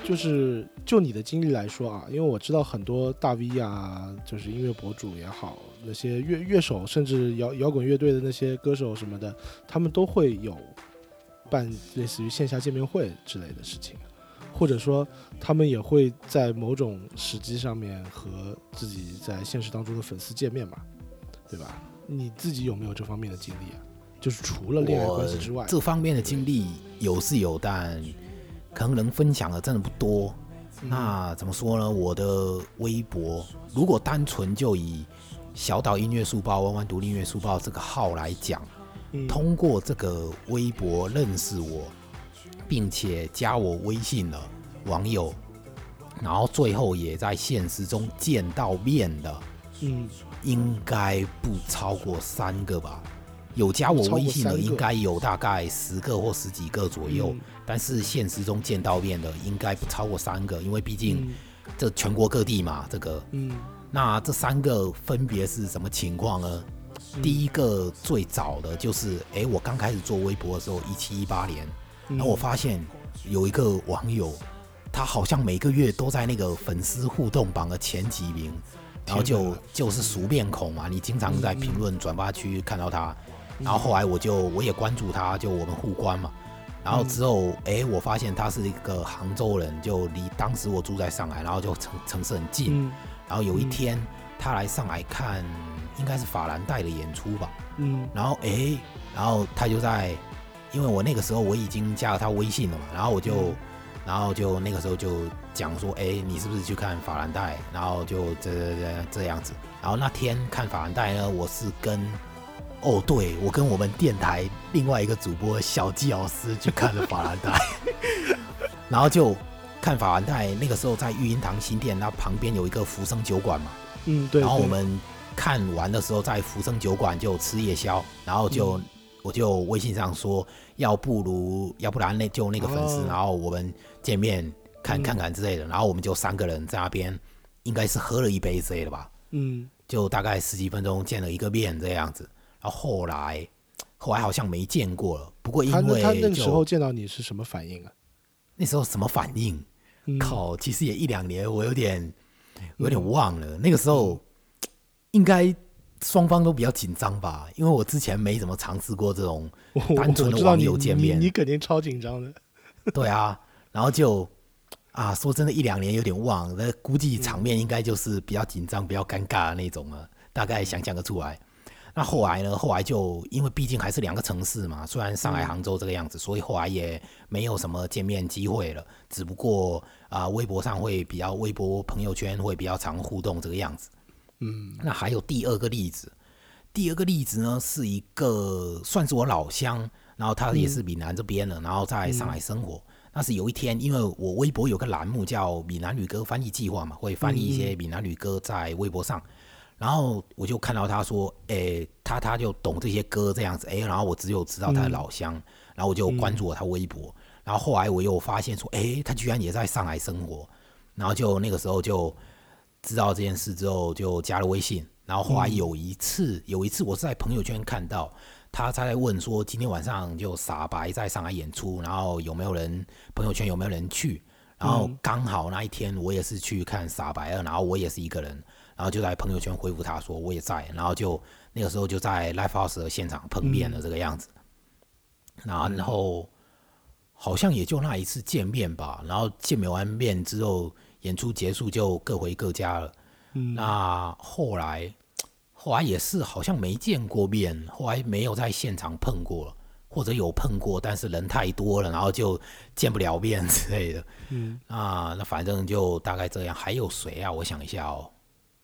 就是就你的经历来说啊，因为我知道很多大 V 啊，就是音乐博主也好，那些乐乐手，甚至摇摇滚乐队的那些歌手什么的，他们都会有办类似于线下见面会之类的事情，或者说他们也会在某种时机上面和自己在现实当中的粉丝见面嘛，对吧？你自己有没有这方面的经历啊？就是除了恋爱关系之外， 这方面的经历有是有，但可能能分享的真的不多。嗯、那怎么说呢？我的微博，如果单纯就以小岛音乐书报、弯弯独立音乐书报这个号来讲，嗯、通过这个微博认识我，并且加我微信的网友，然后最后也在现实中见到面的，嗯，应该不超过三个吧。有加我微信的应该有大概十个或十几个左右，嗯、但是现实中见到面的应该不超过三个，因为毕竟这全国各地嘛，这个，嗯，那这三个分别是什么情况呢？嗯、第一个最早的就是，哎、欸，我刚开始做微博的时候，一七一八年，然后我发现有一个网友，他好像每个月都在那个粉丝互动榜的前几名，然后就就是熟面孔嘛，你经常在评论转发区看到他。然后后来我就我也关注他，就我们互关嘛。然后之后，哎、嗯，我发现他是一个杭州人，就离当时我住在上海，然后就城城市很近。嗯、然后有一天、嗯、他来上海看，应该是法兰黛的演出吧。嗯。然后哎，然后他就在，因为我那个时候我已经加了他微信了嘛，然后我就，嗯、然后就那个时候就讲说，哎，你是不是去看法兰黛？然后就这这这样子。然后那天看法兰黛呢，我是跟哦，对，我跟我们电台另外一个主播小纪老师去看了法兰黛，然后就看法兰黛，那个时候在育婴堂新店，那旁边有一个福生酒馆嘛，嗯，对。然后我们看完的时候，在福生酒馆就吃夜宵，然后就、嗯、我就微信上说，要不如要不然那就那个粉丝，哦、然后我们见面看、嗯、看看之类的，然后我们就三个人在那边，应该是喝了一杯之类的吧，嗯，就大概十几分钟见了一个面这样子。然后后来，后来好像没见过了。不过因为他那个时候见到你是什么反应啊？ 那时候什么反应？嗯、靠，其实也一两年，我有点有点忘了。嗯、那个时候应该双方都比较紧张吧，因为我之前没怎么尝试过这种单纯的网友见面。 你, 你, 你肯定超紧张的。 对啊，然后就啊，说真的，一两年有点忘，那估计场面应该就是比较紧张、比较尴尬的那种啊，大概想象得出来。那后来呢？后来就因为毕竟还是两个城市嘛，虽然上海、杭州这个样子，所以后来也没有什么见面机会了。只不过啊、呃，微博上会比较，微博朋友圈会比较常互动这个样子。嗯，那还有第二个例子，第二个例子呢是一个算是我老乡，然后他也是闽南这边的，然后在上海生活。嗯、那是有一天，因为我微博有个栏目叫闽南语歌翻译计划嘛，会翻译一些闽南语歌在微博上。然后我就看到他说，诶，他他就懂这些歌这样子，诶，然后我只有知道他的老乡，嗯、然后我就关注了他微博，嗯、然后后来我又发现说，诶，他居然也在上海生活，然后就那个时候就知道这件事之后，就加了微信，然后后来有一次，嗯、有一次我是在朋友圈看到他他在问说，今天晚上就傻白在上海演出，然后有没有人朋友圈有没有人去？然后刚好那一天我也是去看傻白二，然后我也是一个人。然后就在朋友圈回复他说我也在，然后就那个时候就在 Live House 的现场碰面了这个样子，嗯、然后好像也就那一次见面吧，然后见面完面之后演出结束就各回各家了。嗯、那后来后来也是好像没见过面，后来没有在现场碰过了，或者有碰过，但是人太多了，然后就见不了面之类的。嗯，啊，那反正就大概这样。还有谁啊？我想一下哦。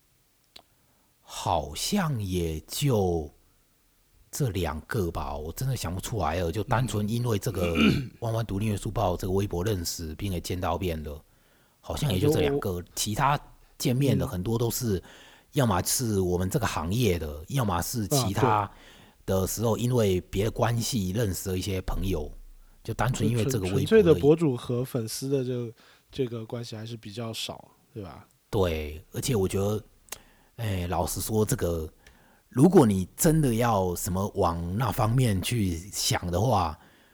好像也就这两个吧，我真的想不出来了。就单纯因为这个弯弯独立音乐书报这个微博认识，并且见到面的，好像也就这两个。其他见面的很多都是，要么是我们这个行业的，要么是其他的时候因为别的关系认识的一些朋友，就单纯因为这个微博。纯粹的博主和粉丝的这个这个关系还是比较少，对吧？ 对，而且我觉得。哎，老实说，这个如果你真的要什么往那方面去想的话，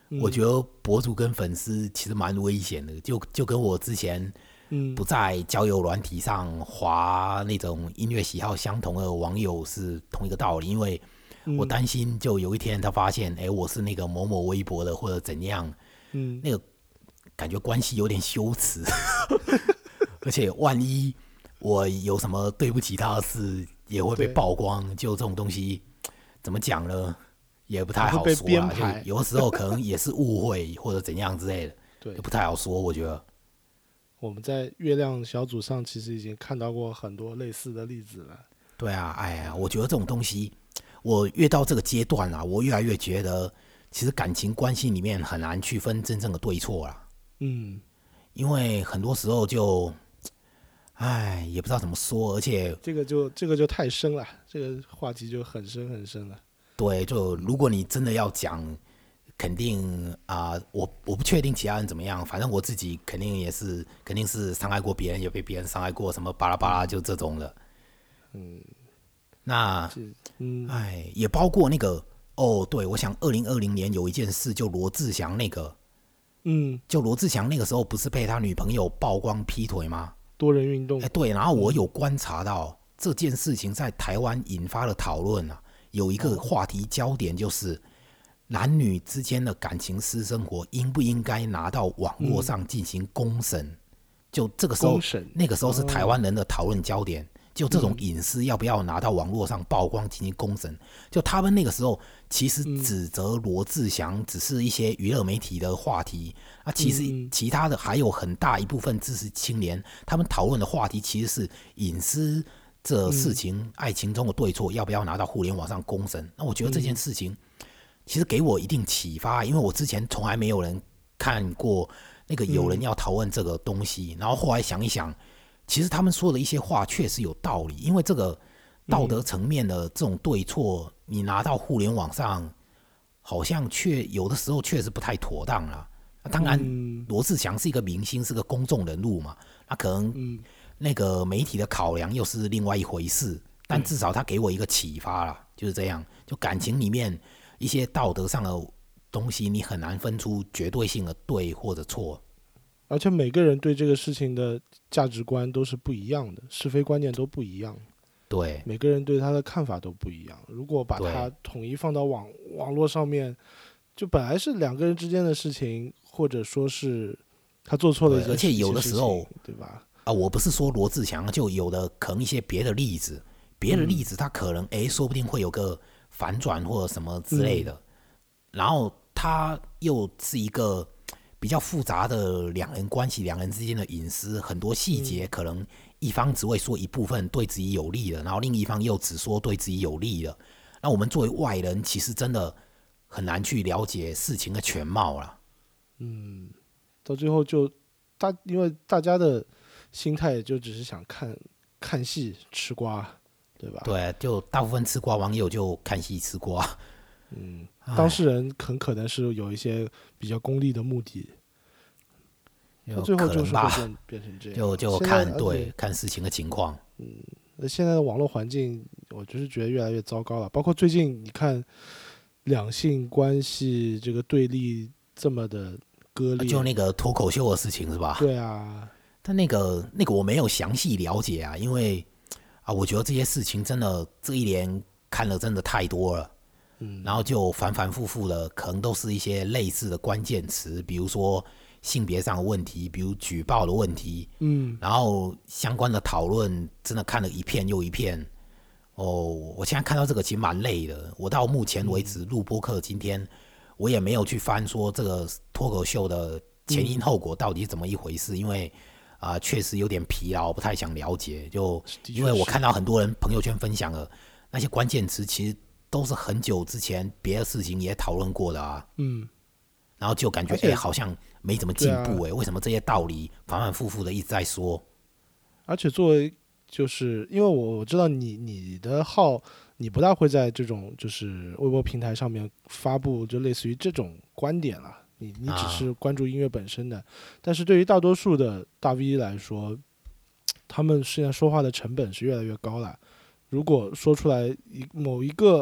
我觉得博主跟粉丝其实蛮危险的，就就跟我之前嗯不在交友软体上滑那种音乐喜好相同的网友是同一个道理，因为我担心就有一天他发现，哎、欸，我是那个某某微博的或者怎样， 嗯， 那个感觉关系有点羞耻，而且万一我有什么对不起他的事，也会被曝光，就这种东西怎么讲呢？也不太好说啦，有的时候可能也是误会或者怎样之类的， 对， 就不太好说。我觉得我们在月亮小组上其实已经看到过很多类似的例子了。 对啊，哎呀，我觉得这种东西，我越到这个阶段啊，我越来越觉得，其实感情关系里面很难区分真正的对错啦。 嗯， 因为很多时候就，哎，也不知道怎么说，而且这个就这个就太深了，这个话题就很深很深了。 对，就如果你真的要讲，肯定啊、呃，我我不确定其他人怎么样，反正我自己肯定也是，肯定是伤害过别人，也被别人伤害过，什么巴拉巴拉，就这种的。嗯，那嗯，哎，也包括那个哦，对，我想二零二零年有一件事，就罗志祥那个， 嗯， 就罗志祥那个时候不是被他女朋友曝光劈腿吗？ 多人运动， 哎，对，然后我有观察到、嗯、这件事情在台湾引发了讨论啊。有一个话题焦点就是男女之间的感情私生活应不应该拿到网络上进行公审、嗯、就这个时候那个时候是台湾人的讨论焦点、哦、就这种隐私要不要拿到网络上曝光进行公审、嗯、就他们那个时候其实指责罗志祥只是一些娱乐媒体的话题、嗯、啊，其实其他的还有很大一部分支持青年他们讨论的话题其实是隐私这事情、嗯、爱情中的对错要不要拿到互联网上公审。那我觉得这件事情其实给我一定启发，因为我之前从来没有人看过那个有人要讨论这个东西、嗯、然后后来想一想，其实他们说的一些话确实有道理，因为这个道德层面的这种对错、嗯、你拿到互联网上好像确有的时候确实不太妥当啦。当然罗志祥是一个明星，是个公众人物嘛，那可能、嗯那个媒体的考量又是另外一回事，但至少他给我一个启发啦，就是这样。就感情里面一些道德上的东西，你很难分出绝对性的对或者错。 而且每个人对这个事情的价值观都是不一样的，是非观念都不一样。 对， 每个人对他的看法都不一样。如果把它统一放到网网络上面，就本来是两个人之间的事情，或者说是他做错了一些事情， 而且有的时候， 对吧？ 啊，我不是说罗志祥，就有的可能一些别的例子，别的例子他可能哎、嗯，说不定会有个反转或者什么之类的、嗯，然后他又是一个比较复杂的两人关系，两人之间的隐私，很多细节可能一方只会说一部分对自己有利的，然后另一方又只说对自己有利的。那我们作为外人，其实真的很难去了解事情的全貌啦。 嗯，到最后就大，因为大家的心态也就只是想看看戏吃瓜，对吧？ 对，就大部分吃瓜网友就看戏吃瓜。 嗯，当事人很可能是有一些比较功利的目的，最后就是会变成这样。 就就看对看事情的情况。 嗯，那现在的网络环境，我就是觉得越来越糟糕了。包括最近你看两性关系这个对立这么的割裂， 就那个脱口秀的事情是吧？ 对啊， 但那个那个我没有详细了解啊，因为啊，我觉得这些事情真的这一年看了真的太多了。嗯，然后就反反复复的，可能都是一些类似的关键词，比如说性别上的问题，比如举报的问题，嗯，然后相关的讨论真的看了一片又一片。哦，我现在看到这个其实蛮累的。我到目前为止录播客，今天我也没有去翻说这个脱口秀的前因后果到底是怎么一回事，因为啊，确、呃、实有点疲劳，不太想了解。就因为我看到很多人朋友圈分享了那些关键词，其实都是很久之前别的事情也讨论过的啊，嗯，然后就感觉哎、欸，好像没怎么进步哎、欸啊，为什么这些道理反反复复的一直在说？ 而且作为就是因为我我知道你你的号，你不大会在这种就是微博平台上面发布就类似于这种观点了，你你只是关注音乐本身的，啊、但是对于大多数的大 V 来说，他们现在说话的成本是越来越高了。如果说出来一某一个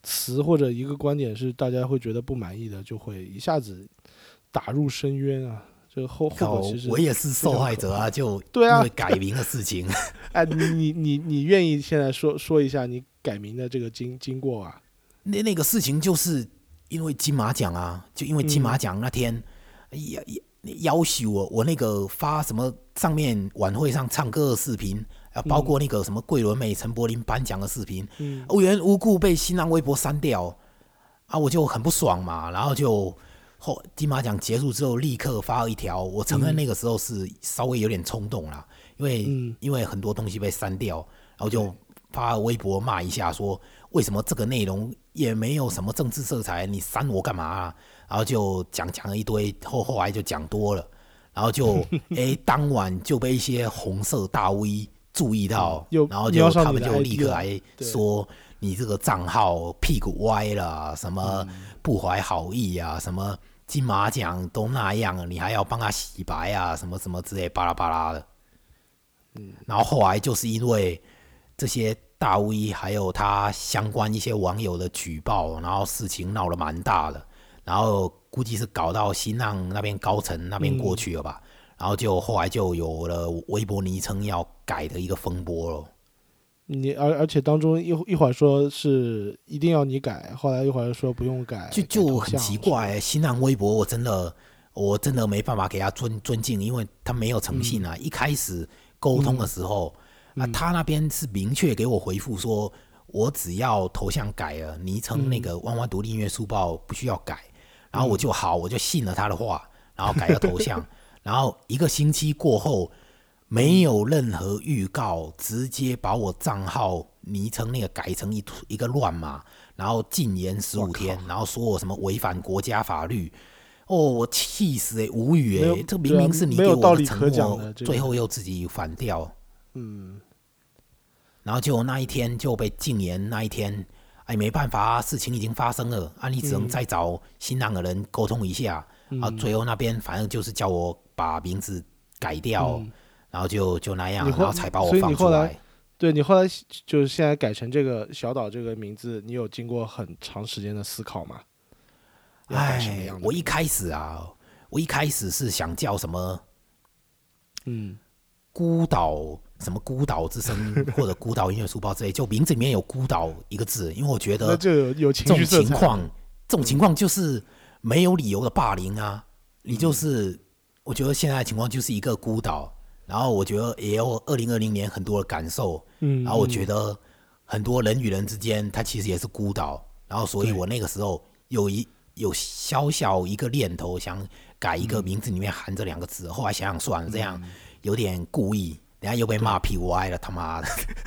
词或者一个观点是大家会觉得不满意的，就会一下子打入深渊啊。这个后后果其实我也是受害者啊，就对啊因为改名的事情。 哎，你你你你愿意现在说说一下你改名的这个经经过啊？ 那那个事情就是因为金马奖啊，就因为金马奖那天，要要求我我那个发什么上面晚会上唱歌的视频，啊，包括那个什么桂纶镁、陈柏霖颁奖的视频， 嗯， 无缘无故被新浪微博删掉，啊，我就很不爽嘛，然后就后金马奖结束之后立刻发了一条，我承认那个时候是稍微有点冲动啦，因为、 嗯、 因为很多东西被删掉，然后就发微博骂一下说为什么这个内容也没有什么政治色彩，你删我干嘛啊？然后就讲讲了一堆，后后来就讲多了，然后就哎当晚就被一些红色大 V 注意到， 嗯、 然后就他们就立刻来说你这个账号屁股歪了，什么不怀好意啊，什么金马奖都那样了，你还要帮他洗白啊，什么什么之类巴拉巴拉的。嗯，然后后来就是因为这些大 V 还有他相关一些网友的举报，然后事情闹得蛮大的，然后估计是搞到新浪那边高层那边过去了吧，嗯、然后就后来就有了微博昵称要改的一个风波了。 你而而且当中一一会儿说是一定要你改，后来一会儿说不用改， 就就很奇怪。新浪微博我真的我真的没办法给他尊尊敬，因为他没有诚信啊。嗯、一开始沟通的时候。嗯啊，他那边是明确给我回复说，我只要头像改了，昵称那个弯弯独立音乐书报不需要改，然后我就好，我就信了他的话，然后改了头像，然后一个星期过后，没有任何预告，直接把我账号昵称那个改成一一个乱码，然后禁言十五天，然后说我什么违反国家法律。哦，我气死哎、欸，无语哎、欸，这明明是你给我的承诺，最后又自己反掉。 嗯， 然后就那一天就被禁言，那一天，哎，没办法啊，事情已经发生了啊，你只能再找新浪的人沟通一下、嗯、啊。最后那边反正就是叫我把名字改掉，嗯、然后就就那样，然后才把我放出来。 对，你后来就是现在改成这个小岛这个名字，你有经过很长时间的思考吗？ 哎，我一开始啊，我一开始是想叫什么， 嗯， 孤岛。什么孤岛之声或者孤岛音乐书报之类，就名字里面有孤岛一个字，因为我觉得这种情况，这种情况就是没有理由的霸凌啊！你就是，我觉得现在的情况就是一个孤岛，然后我觉得也有二零二零年很多的感受， 嗯， 然后我觉得很多人与人之间，它其实也是孤岛，然后所以我那个时候有一有小小一个念头，想改一个名字里面含这两个字，后来想想算了，这样有点故意。人家又被骂屁股歪了，他妈的！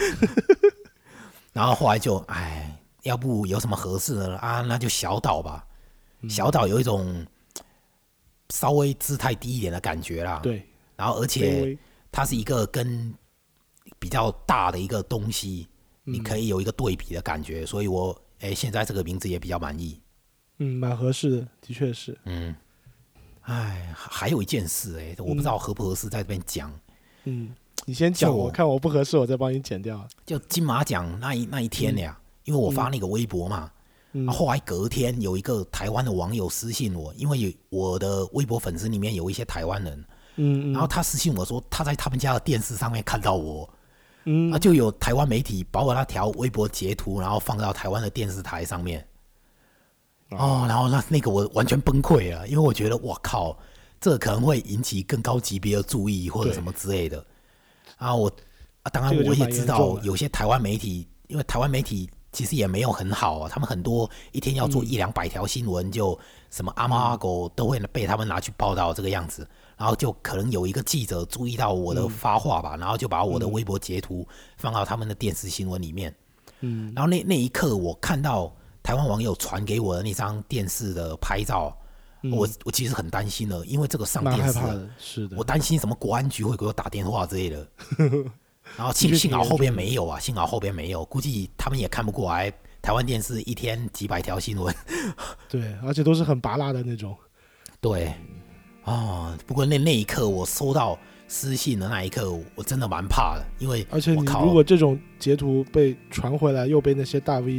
然后后来就，哎，要不有什么合适的啊？那就小岛吧。嗯、小岛有一种稍微姿态低一点的感觉啦。 对。 然后而且它是一个跟比较大的一个东西，嗯、你可以有一个对比的感觉，所以我哎现在这个名字也比较满意。 嗯，蛮合适的，的确是。 嗯。哎，还有一件事哎，我不知道合不合适在这边讲。 嗯。你先讲，我看我不合适，我再帮你剪掉。 就金马奖那一那一天呀、嗯，因为我发那个微博嘛，嗯、后来隔天有一个台湾的网友私信我，因为我的微博粉丝里面有一些台湾人， 嗯, 嗯， 然后他私信我说他在他们家的电视上面看到我， 嗯， 啊，就有台湾媒体把我那条微博截图，然后放到台湾的电视台上面，哦，然后那那个我完全崩溃了，因为我觉得我靠，这可能会引起更高级别的注意或者什么之类的。啊，我啊，当然我也知道有些台湾媒体，因为台湾媒体其实也没有很好啊，他们很多一天要做一两百条新闻，嗯、就什么阿猫阿狗都会被他们拿去报道这个样子，然后就可能有一个记者注意到我的发话吧，嗯、然后就把我的微博截图放到他们的电视新闻里面， 嗯， 然后那那一刻我看到台湾网友传给我的那张电视的拍照。我我其实很担心的，因为这个上电视， 是的， 我担心什么国安局会给我打电话之类的。然后幸幸好后边没有啊，幸好后边没有，估计他们也看不过来。台湾电视一天几百条新闻， 对，而且都是很拔辣的那种。 对，哦，不过那那一刻我收到私信的那一刻，我真的蛮怕的，因为而且你如果这种截图被传回来，又被那些大 V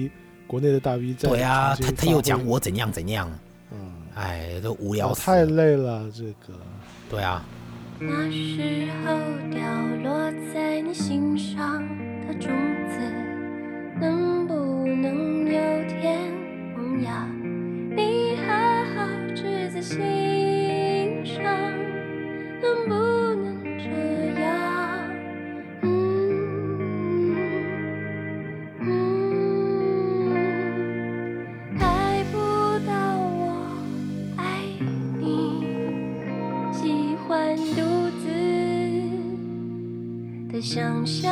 国内的大 V 在对啊，他他又重新发挥讲我怎样怎样， 嗯， 哎，都无聊哦， 死了。 太累了，这个对啊， 那时候掉落在你心上的种子，能不能有天萌芽？你好好植在心上，能不能这样？嗯嗯，还不到我爱你，喜欢独自的想象，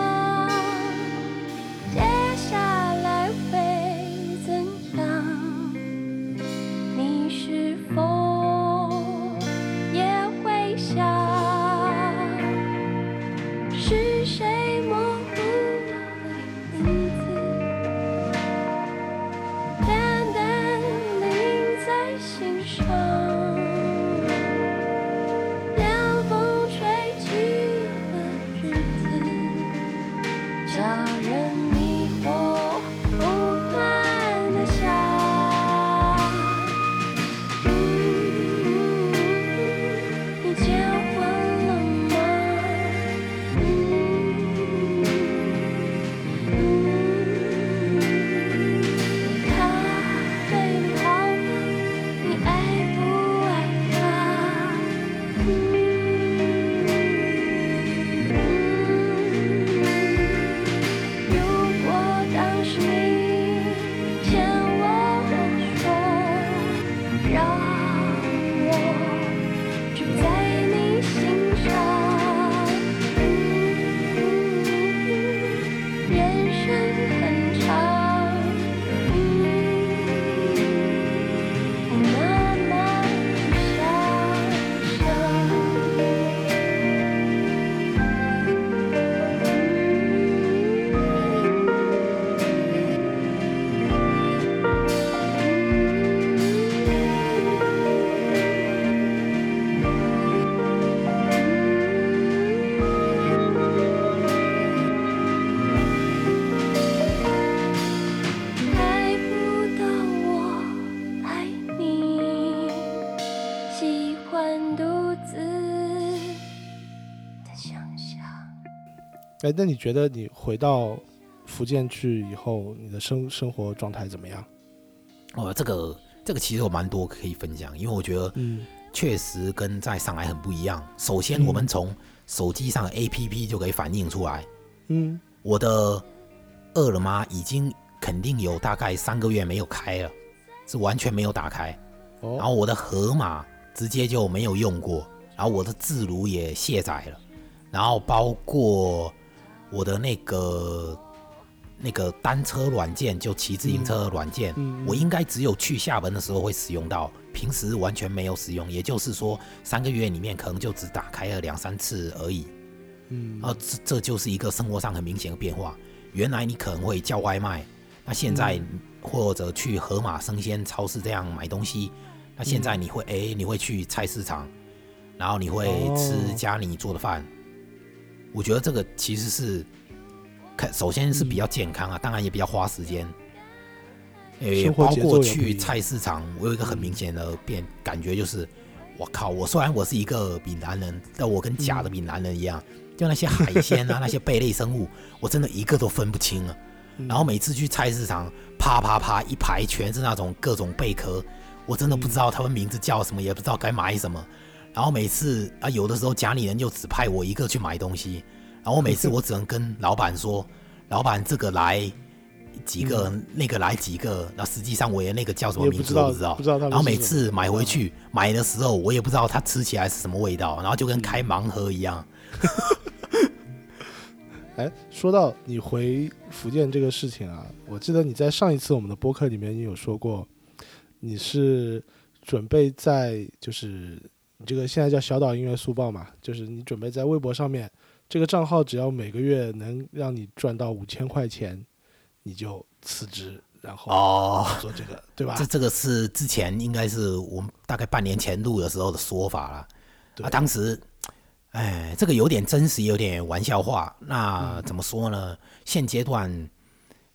接下来会怎样？你是否也会想？是谁模糊了影子，淡淡的印在心上？凉风吹起了日子，叫人迷惑，不断的想。嗯，你结婚了吗？他对你好吗？你爱不爱他？如果当时你牵我手，让我住在你心上。人生很长，我慢慢去想还不到我爱你，喜欢独自的想象。 哎，那你觉得你回到福建去以后，你的生生活状态怎么样？ 哦，这个这个其实有蛮多可以分享，因为我觉得嗯确实跟在上海很不一样。首先， 嗯我们从手机上的 A P P 就可以反映出来， 嗯我的饿了么已经肯定有大概三个月没有开了，是完全没有打开。 哦， 然后我的盒马直接就没有用过，然后我的自如也卸载了，然后包括我的那个那个单车软件，就骑自行车的软件， 嗯嗯我应该只有去厦门的时候会使用到，平时完全没有使用。也就是说，三个月里面可能就只打开了两三次而已。 嗯啊，这这就是一个生活上很明显的变化。原来你可能会叫外卖，那现在、 嗯或者去盒马生鲜超市这样买东西，那现在你会哎、诶你会去菜市场，然后你会吃哦家里做的饭。我觉得这个其实是，看首先是比较健康啊，当然也比较花时间。诶、 生活节奏包括也不一样去菜市场，我有一个很明显的变感觉就是，我靠，我虽然我是一个闽南人，但我跟假的闽南人一样，就那些海鲜啊，那些贝类生物，我真的一个都分不清啊。 嗯然后每次去菜市场，啪啪啪一排全是那种各种贝壳，我真的不知道他们名字叫什么，也不知道该买什么。然后每次啊，有的时候家里人就只派我一个去买东西，然后每次我只能跟老板说，老板这个来几个，那个来几个，那实际上我连那个叫什么名字都不知道。 不知道他们然后每是什么次买回去买的时候，我也不知道它吃起来是什么味道，然后就跟开盲盒一样。 哎，说到你回福建这个事情啊，我记得你在上一次我们的播客里面你有说过，你是准备在就是你这个现在叫小岛音乐速报嘛，就是你准备在微博上面，这个账号只要每个月能让你赚到五千块钱，你就辞职，然后哦， 做这个，对吧？ 这这个是之前应该是我们大概半年前录的时候的说法了。 对啊，当时，哎，这个有点真实，有点玩笑话。那怎么说呢？现阶段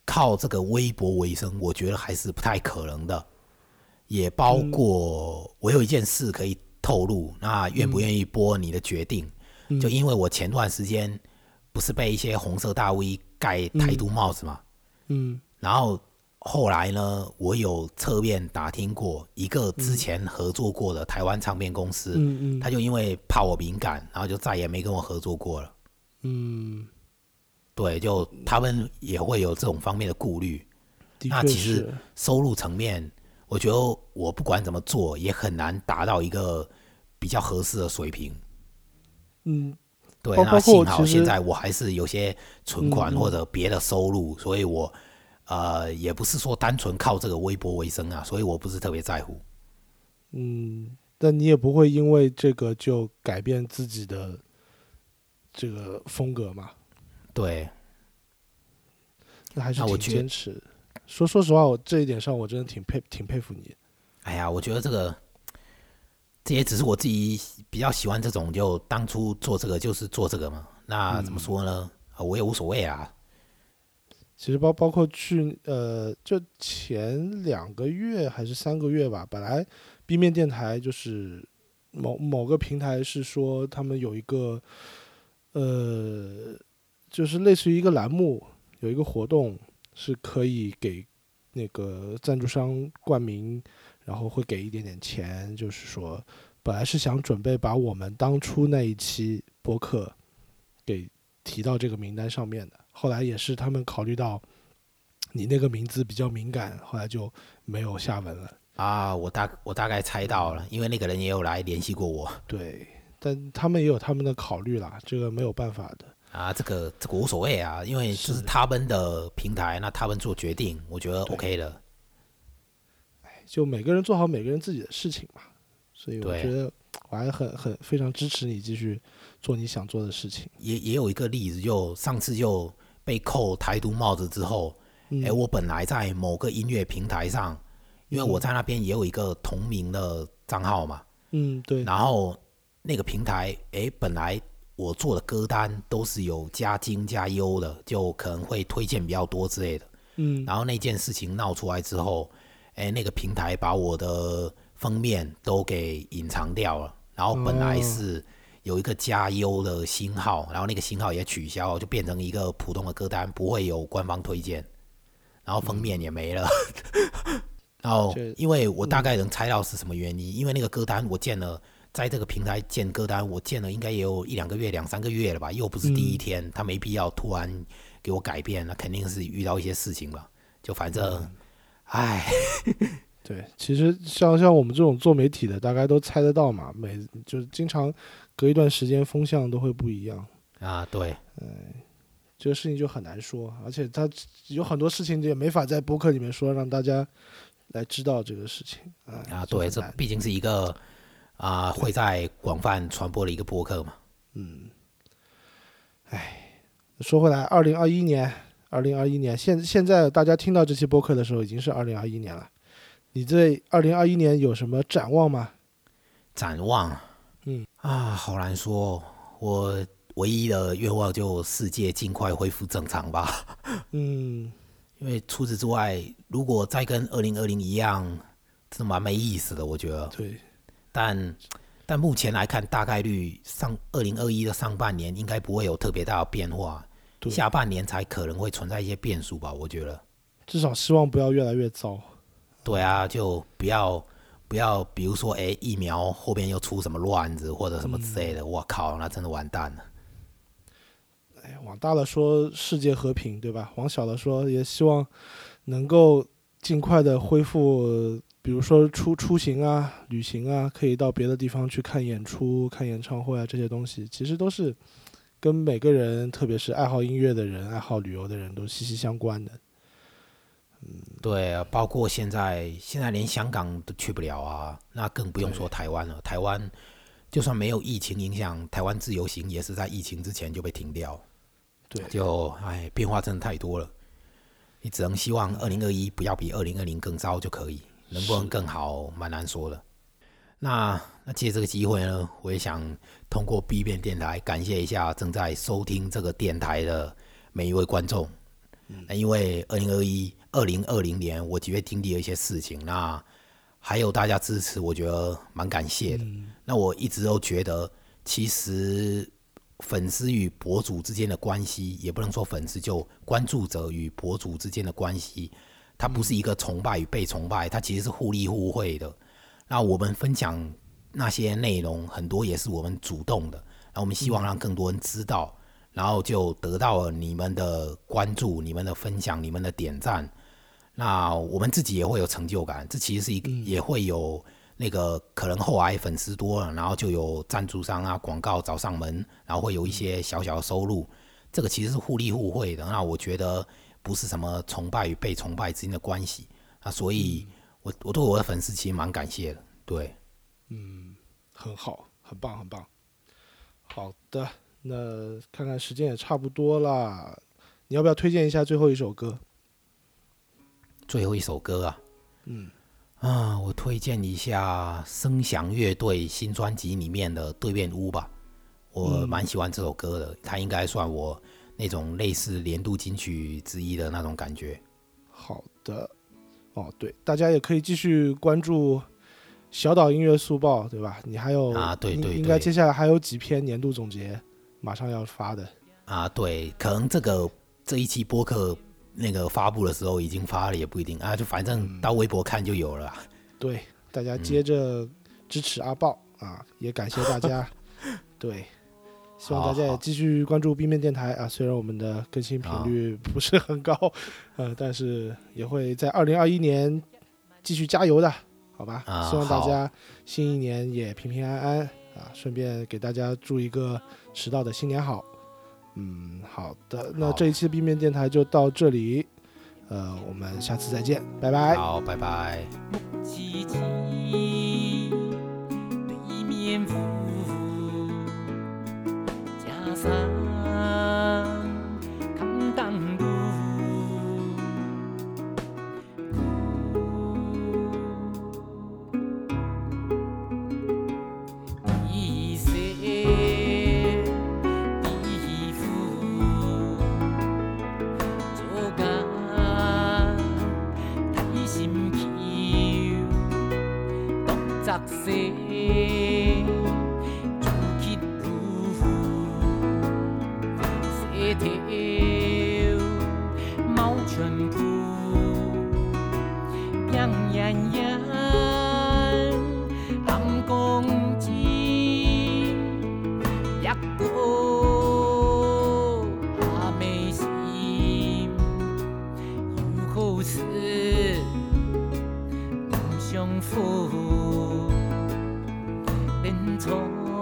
靠这个微博为生，我觉得还是不太可能的。也包括我有一件事可以透露，那愿不愿意播你的决定。 嗯、 就因为我前段时间不是被一些红色大 V 盖台独帽子嘛， 嗯， 然后后来呢，我有侧面打听过一个之前合作过的台湾唱片公司， 嗯嗯， 他就因为怕我敏感，然后就再也没跟我合作过了。 嗯， 对，就他们也会有这种方面的顾虑。那其实收入层面，我觉得我不管怎么做，也很难达到一个比较合适的水平。 嗯， 对， 包那幸好其实现在我还是有些存款嗯嗯或者别的收入，所以我呃也不是说单纯靠这个微博为生啊，所以我不是特别在乎。 嗯，但你也不会因为这个就改变自己的这个风格嘛？ 对， 那还是挺那我觉得坚持。说说实话，我这一点上我真的挺佩挺佩服你。 哎呀，我觉得这个这也只是我自己比较喜欢这种，就当初做这个就是做这个嘛。那怎么说呢？嗯、我也无所谓啊。 其实包包括去呃，就前两个月还是三个月吧，本来 B 面电台就是某某个平台是说他们有一个呃，就是类似于一个栏目，有一个活动是可以给那个赞助商冠名，然后会给一点点钱，就是说本来是想准备把我们当初那一期播客给提到这个名单上面的，后来也是他们考虑到你那个名字比较敏感，后来就没有下文了。 啊，我大我大概猜到了，因为那个人也有来联系过我。 对，但他们也有他们的考虑啦，这个没有办法的。 啊，这个这个无所谓啊，因为这是他们的平台，那他们做决定，我觉得 OK 的。 就每个人做好每个人自己的事情嘛，所以我对觉得我还很很非常支持你继续做你想做的事情。 也也有一个例子，就上次就被扣台独帽子之后，哎、 嗯欸，我本来在某个音乐平台上，因为我在那边也有一个同名的账号嘛， 嗯，对， 然后那个平台，哎、欸，本来我做的歌单都是有加精加优的，就可能会推荐比较多之类的。 嗯， 然后那件事情闹出来之后，哎、欸，那个平台把我的封面都给隐藏掉了，然后本来是有一个加优的星号，然后那个星号也取消，就变成一个普通的歌单，不会有官方推荐，然后封面也没了。然后因为我大概能猜到是什么原因，因为那个歌单我建了，在这个平台建歌单，我建了应该也有一两个月、两三个月了吧，又不是第一天，嗯、他没必要突然给我改变，那肯定是遇到一些事情吧。就反正，唉、嗯， 对，其实像像我们这种做媒体的，大概都猜得到嘛，每就是经常隔一段时间风向都会不一样啊。对， 嗯，这个事情就很难说，而且他有很多事情也没法在播客里面说，让大家来知道这个事情啊。 啊，对，这毕竟是一个啊会在广泛传播的一个播客嘛。 嗯，哎，说回来，二零二一年，二零二一年，现现在大家听到这期播客的时候，已经是二零二一年了。你对二零二一年有什么展望吗？ 展望， 嗯啊，好难说。我唯一的愿望就世界尽快恢复正常吧。 嗯， 因为除此之外，如果再跟二零二零一样，真的蛮没意思的，我觉得。 对。 但但目前来看，大概率上二零二一的上半年应该不会有特别大的变化，下半年才可能会存在一些变数吧，我觉得。 至少希望不要越来越糟。 对啊，就不要不要，比如说，哎，疫苗后边又出什么乱子或者什么之类的，我、嗯、靠，那真的完蛋了。 哎，往大了说世界和平，对吧？往小了说，也希望能够尽快的恢复，比如说出出行啊、旅行啊，可以到别的地方去看演出、看演唱会啊，这些东西其实都是跟每个人，特别是爱好音乐的人、爱好旅游的人都息息相关的。 嗯，对，包括现在现在连香港都去不了啊，那更不用说台湾了。台湾就算没有疫情影响，台湾自由行也是在疫情之前就被停掉。 对， 就哎，变化真的太多了。你只能希望二零二一不要比二零二零更糟就可以，能不能更好，蛮难说的。那那借这个机会呢，我也想通过 B 面电台感谢一下正在收听这个电台的每一位观众。 那因为二零二一、二零二零年我的确经历了一些事情，那还有大家支持，我觉得蛮感谢的。嗯、那我一直都觉得，其实粉丝与博主之间的关系，也不能说粉丝，就关注者与博主之间的关系，它不是一个崇拜与被崇拜，它其实是互利互惠的。那我们分享那些内容，很多也是我们主动的，那我们希望让更多人知道。然后就得到了你们的关注、你们的分享、你们的点赞，那我们自己也会有成就感。这其实是一个、嗯、也会有那个可能后来粉丝多了，然后就有赞助商啊、广告找上门，然后会有一些小小的收入。这个其实是互利互惠的。那我觉得不是什么崇拜与被崇拜之间的关系啊，所以我我对我的粉丝其实蛮感谢的。对， 嗯，很好，很棒，很棒。好的。那看看时间也差不多啦，你要不要推荐一下最后一首歌？ 最后一首歌啊， 嗯啊，我推荐一下声响乐队新专辑里面的《对面屋》吧，我蛮喜欢这首歌的，嗯、它应该算我那种类似年度金曲之一的那种感觉。 好的，哦对，大家也可以继续关注小岛音乐速报，对吧？你还有啊，对对对， 应该接下来还有几篇年度总结。马上要发的啊，对，可能这个这一期播客那个发布的时候已经发了，也不一定啊，就反正到微博看就有了啦。 嗯、对，大家接着支持阿豹、嗯、啊，也感谢大家。对，希望大家也继续关注 B 面电台啊，虽然我们的更新频率不是很高，呃，但是也会在二零二一年继续加油的，好吧？ 啊、 希望大家新一年也平平安安啊，顺便给大家祝一个迟到的新年好。嗯，好的，那这一期的 B 面电台就到这里，呃，我们下次再见，拜拜。 好，拜拜。对面屋，加上康当路，一些。特色主起路，四條貓全部，病怏怏暗公雞，一個阿妹心，有好事唔相負。从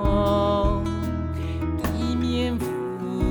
地面浮，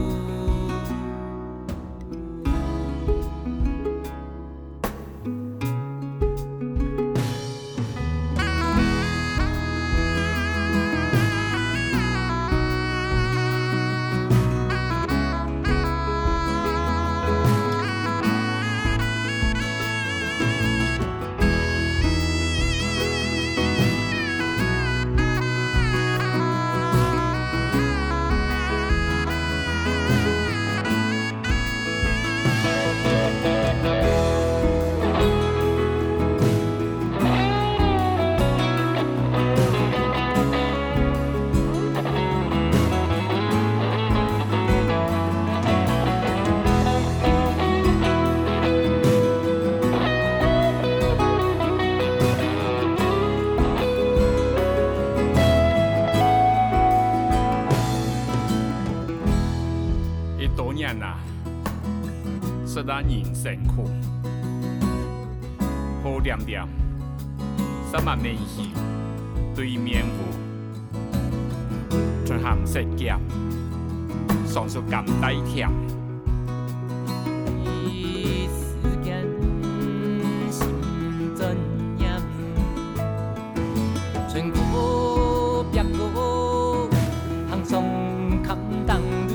说咱人生苦，好念念，三万年去对面湖，春寒色夹，上述甘带甜。时间心真严，春过别过，行送坎当路。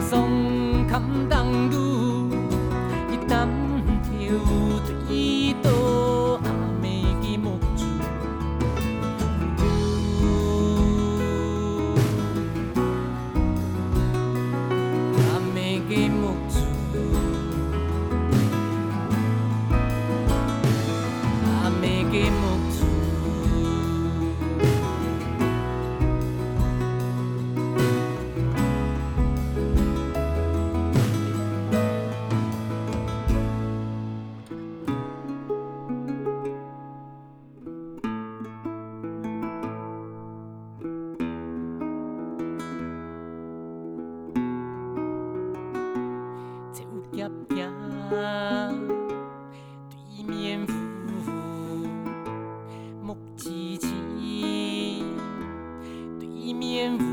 看当路，一担挑对。 对面湖，木凄凄，对面湖。